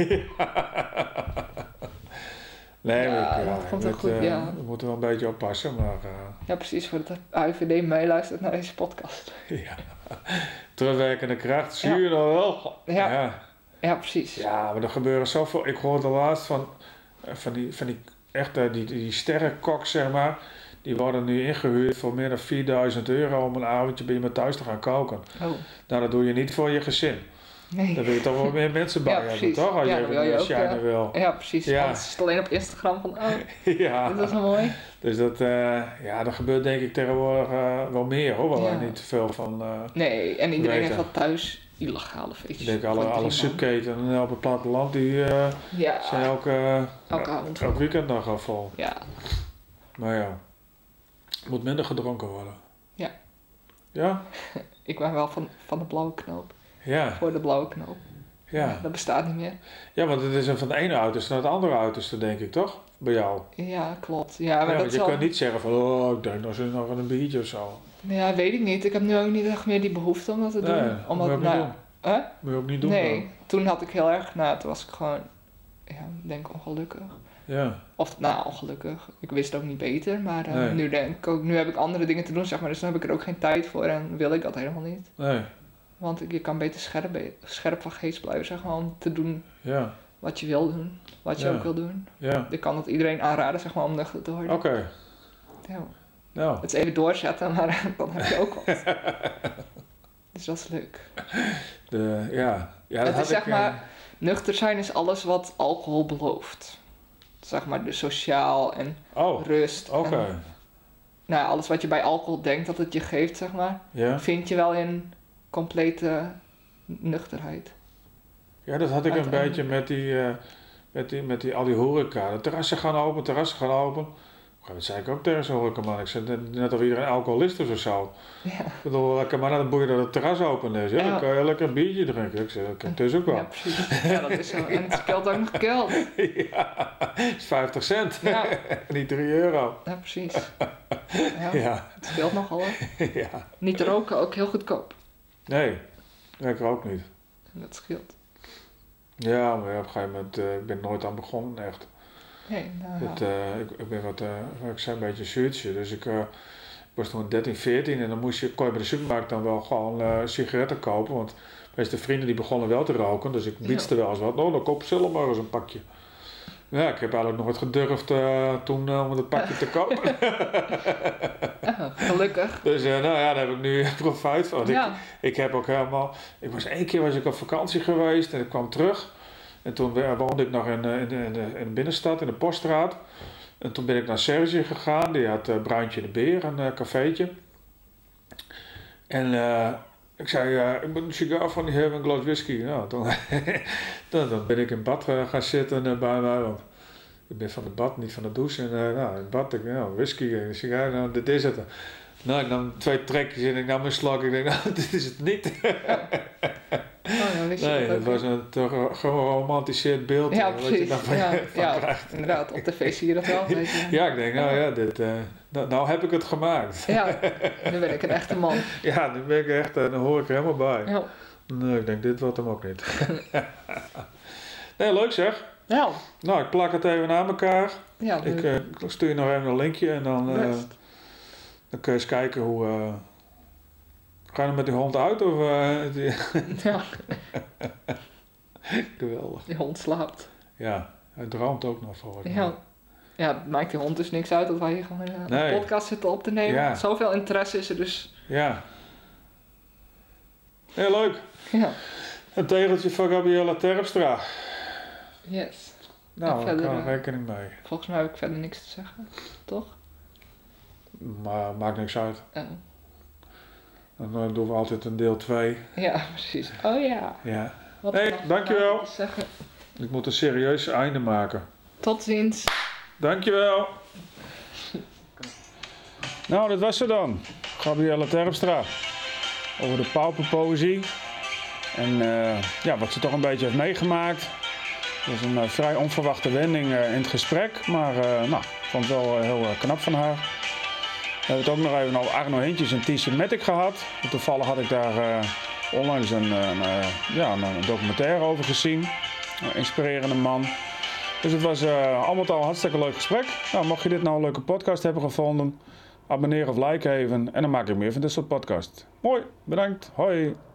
Nee, Ja, maar dat komt wel weet, goed, ja. we moeten wel een beetje oppassen, maar Ja, precies. Voor de AIVD meeluistert naar deze podcast. ja. Terugwerkende kracht, zie Ja. je nog wel? Ja. Ja. Ja, precies. Ja, maar er gebeuren zoveel. Ik hoorde laatst van die echte, die sterrenkoks, zeg maar. Die worden nu ingehuurd voor meer dan €4.000 om een avondje bij iemand thuis te gaan koken. Oh, Nou, dat doe je niet voor je gezin. nee. Daar wil je toch wel meer mensen bij Ja, hebben, precies. toch? Als Ja, je dan even wil je een ook, shiner wil. Ja, precies. Ja. Anders is het alleen op Instagram van, oh, Ja. dit is wel mooi. Dus dat, dat gebeurt denk ik tegenwoordig wel meer hoor, waar wij Ja. niet te veel van. Nee, en iedereen Weten. heeft wel thuis illegale feestjes. Ik denk Voor alle 3 man. subketen op het platteland die Ja, zijn elke avond vol. weekend nog al vol. Ja, Maar ja, moet minder gedronken worden. Ja. Ja? ik ben wel van de blauwe knoop. Ja, Voor de blauwe knoop. ja. Dat bestaat niet meer. Ja, want het is van de ene uiterste naar het andere uiterste, denk ik, toch? Bij jou. Ja, klopt. Ja, maar Ja, dat want je is kan niet zeggen van, ik denk nog eens nog een biertje of zo. Ja, weet ik niet. Ik heb nu ook niet echt meer die behoefte om dat te doen. Nee, moet Omdat, je ook niet nou, doen. hè? Moet je ook niet doen Nee, toen had ik heel erg, toen was ik gewoon, ja, ik denk ongelukkig. dan. Ja, Of, ongelukkig. Ik wist het ook niet beter, maar Nee. nu denk ik ook, nu heb ik andere dingen te doen, zeg maar, dus dan heb ik er ook geen tijd voor en wil ik dat helemaal niet. nee, Want je kan beter scherp van geest blijven, zeg maar, om te doen ja, wat je wil doen, wat je Ja. ook wil doen. ja. Ik kan het iedereen aanraden, zeg maar, om nuchter te worden. Oké, Ja, nou. het is even doorzetten, maar dan heb je ook wat. Dus dat is leuk. Ja, dat Het had is zeg ik, maar, nuchter zijn is alles wat alcohol belooft. Zeg maar, dus sociaal en oh, rust. oké. En, nou, alles wat je bij alcohol denkt dat het je geeft, zeg maar, Ja. vind je wel in complete nuchterheid. Ja, dat had ik een Uiteindelijk. beetje met die al die horeca. De terrassen gaan open. Op een gegeven moment zei ik ook tegen zo'n horecaman. Ik zei net of iedereen alcoholist is of zo. Ja, Ik bedoel, lekker maar dan boeien dat het terras open is. Ja, Ja. dan kan je lekker een biertje drinken. Ik zei, oké, het is ook ja wel. precies. Ja, dat is zo. En het scheelt ook nog geld. Ja, het is 50 cent. Ja, Niet €3. ja precies. Ja, Ja, het scheelt nogal hoor. ja. Niet roken, ook heel goedkoop. Nee, ik ook niet. Dat scheelt. Ja, maar op een gegeven moment, ik ben nooit aan begonnen, echt. Nee, nou Het, ja. ik ben ik zei een beetje een zuurtje, dus ik was toen 13, 14 en dan kon je bij de supermarkt dan wel gewoon sigaretten kopen, want meeste vrienden die begonnen wel te roken, dus ik biedste wel eens wat. Nou, dan koop zelf maar eens een pakje. Ja, ik heb eigenlijk nooit gedurfd toen om het pakje te kopen. Gelukkig. Dus daar heb ik nu profijt van. Ja. Ik heb ook helemaal... Eén keer was ik op vakantie geweest en ik kwam terug. En toen woonde ik nog in de binnenstad, in de Poststraat. En toen ben ik naar Serge gegaan. Die had Bruintje de Beer, een cafeetje. En ik zei, ik moet een sigaar van die hebben, een glas whisky. Nou, dan ben ik in bad gaan zitten bij mij. Want ik ben van het bad, niet van de douche. En in het bad, whisky en een sigaar, nou, dit is het. Nou, ik nam 2 trekjes en ik nam een slok. Ik denk, nou, dit is het niet. Nee, dat was een geromantiseerd beeld. Ja, wat precies. je dan van krijgt. Inderdaad, op tv zie je dat wel. Weet je. Ja, ik denk, nou ja, nou heb ik het gemaakt. Ja, nu ben ik een echte man. Ja, nu ben ik echt, dan hoor ik er helemaal bij. Ja. Nee, ik denk, dit wordt hem ook niet. Nee, leuk zeg. Ja. Nou, ik plak het even aan elkaar. Ja, Ik stuur je nog even een linkje en dan kun je eens kijken hoe... Ga je er met die hond uit of... ja, Geweldig. die hond slaapt. Ja, hij droomt ook nog voor. Ja, het maakt die hond dus niks uit dat wij hier gewoon een podcast zitten op te nemen. Ja. Zoveel interesse is er dus. Ja. Heel leuk. Ja. Een tegeltje van Gabriella Terpstra. Yes. Nou, En daar verder, kan ik rekening mee. Volgens mij heb ik verder niks te zeggen. Toch? Maar maakt niks uit. Oh. Dan doen we altijd een deel 2. Ja, precies. Oh ja. Ja. Wat Hey, nog dankjewel. te zeggen. Ik moet een serieus einde maken. Tot ziens. Dankjewel. Nou, dat was ze dan. Gabriella Terpstra. Over de pauperpoëzie. En wat ze toch een beetje heeft meegemaakt. Dat is een vrij onverwachte wending in het gesprek. Maar ik vond het wel heel knap van haar. We hebben het ook nog even over Arno Hintjes en T.C. Matic gehad. En toevallig had ik daar onlangs een documentaire over gezien. Een inspirerende man. Dus het was al met al een hartstikke leuk gesprek. Nou, mocht je dit nou een leuke podcast hebben gevonden, abonneer of like even. En dan maak ik meer van dit soort podcast. Mooi, bedankt. Hoi.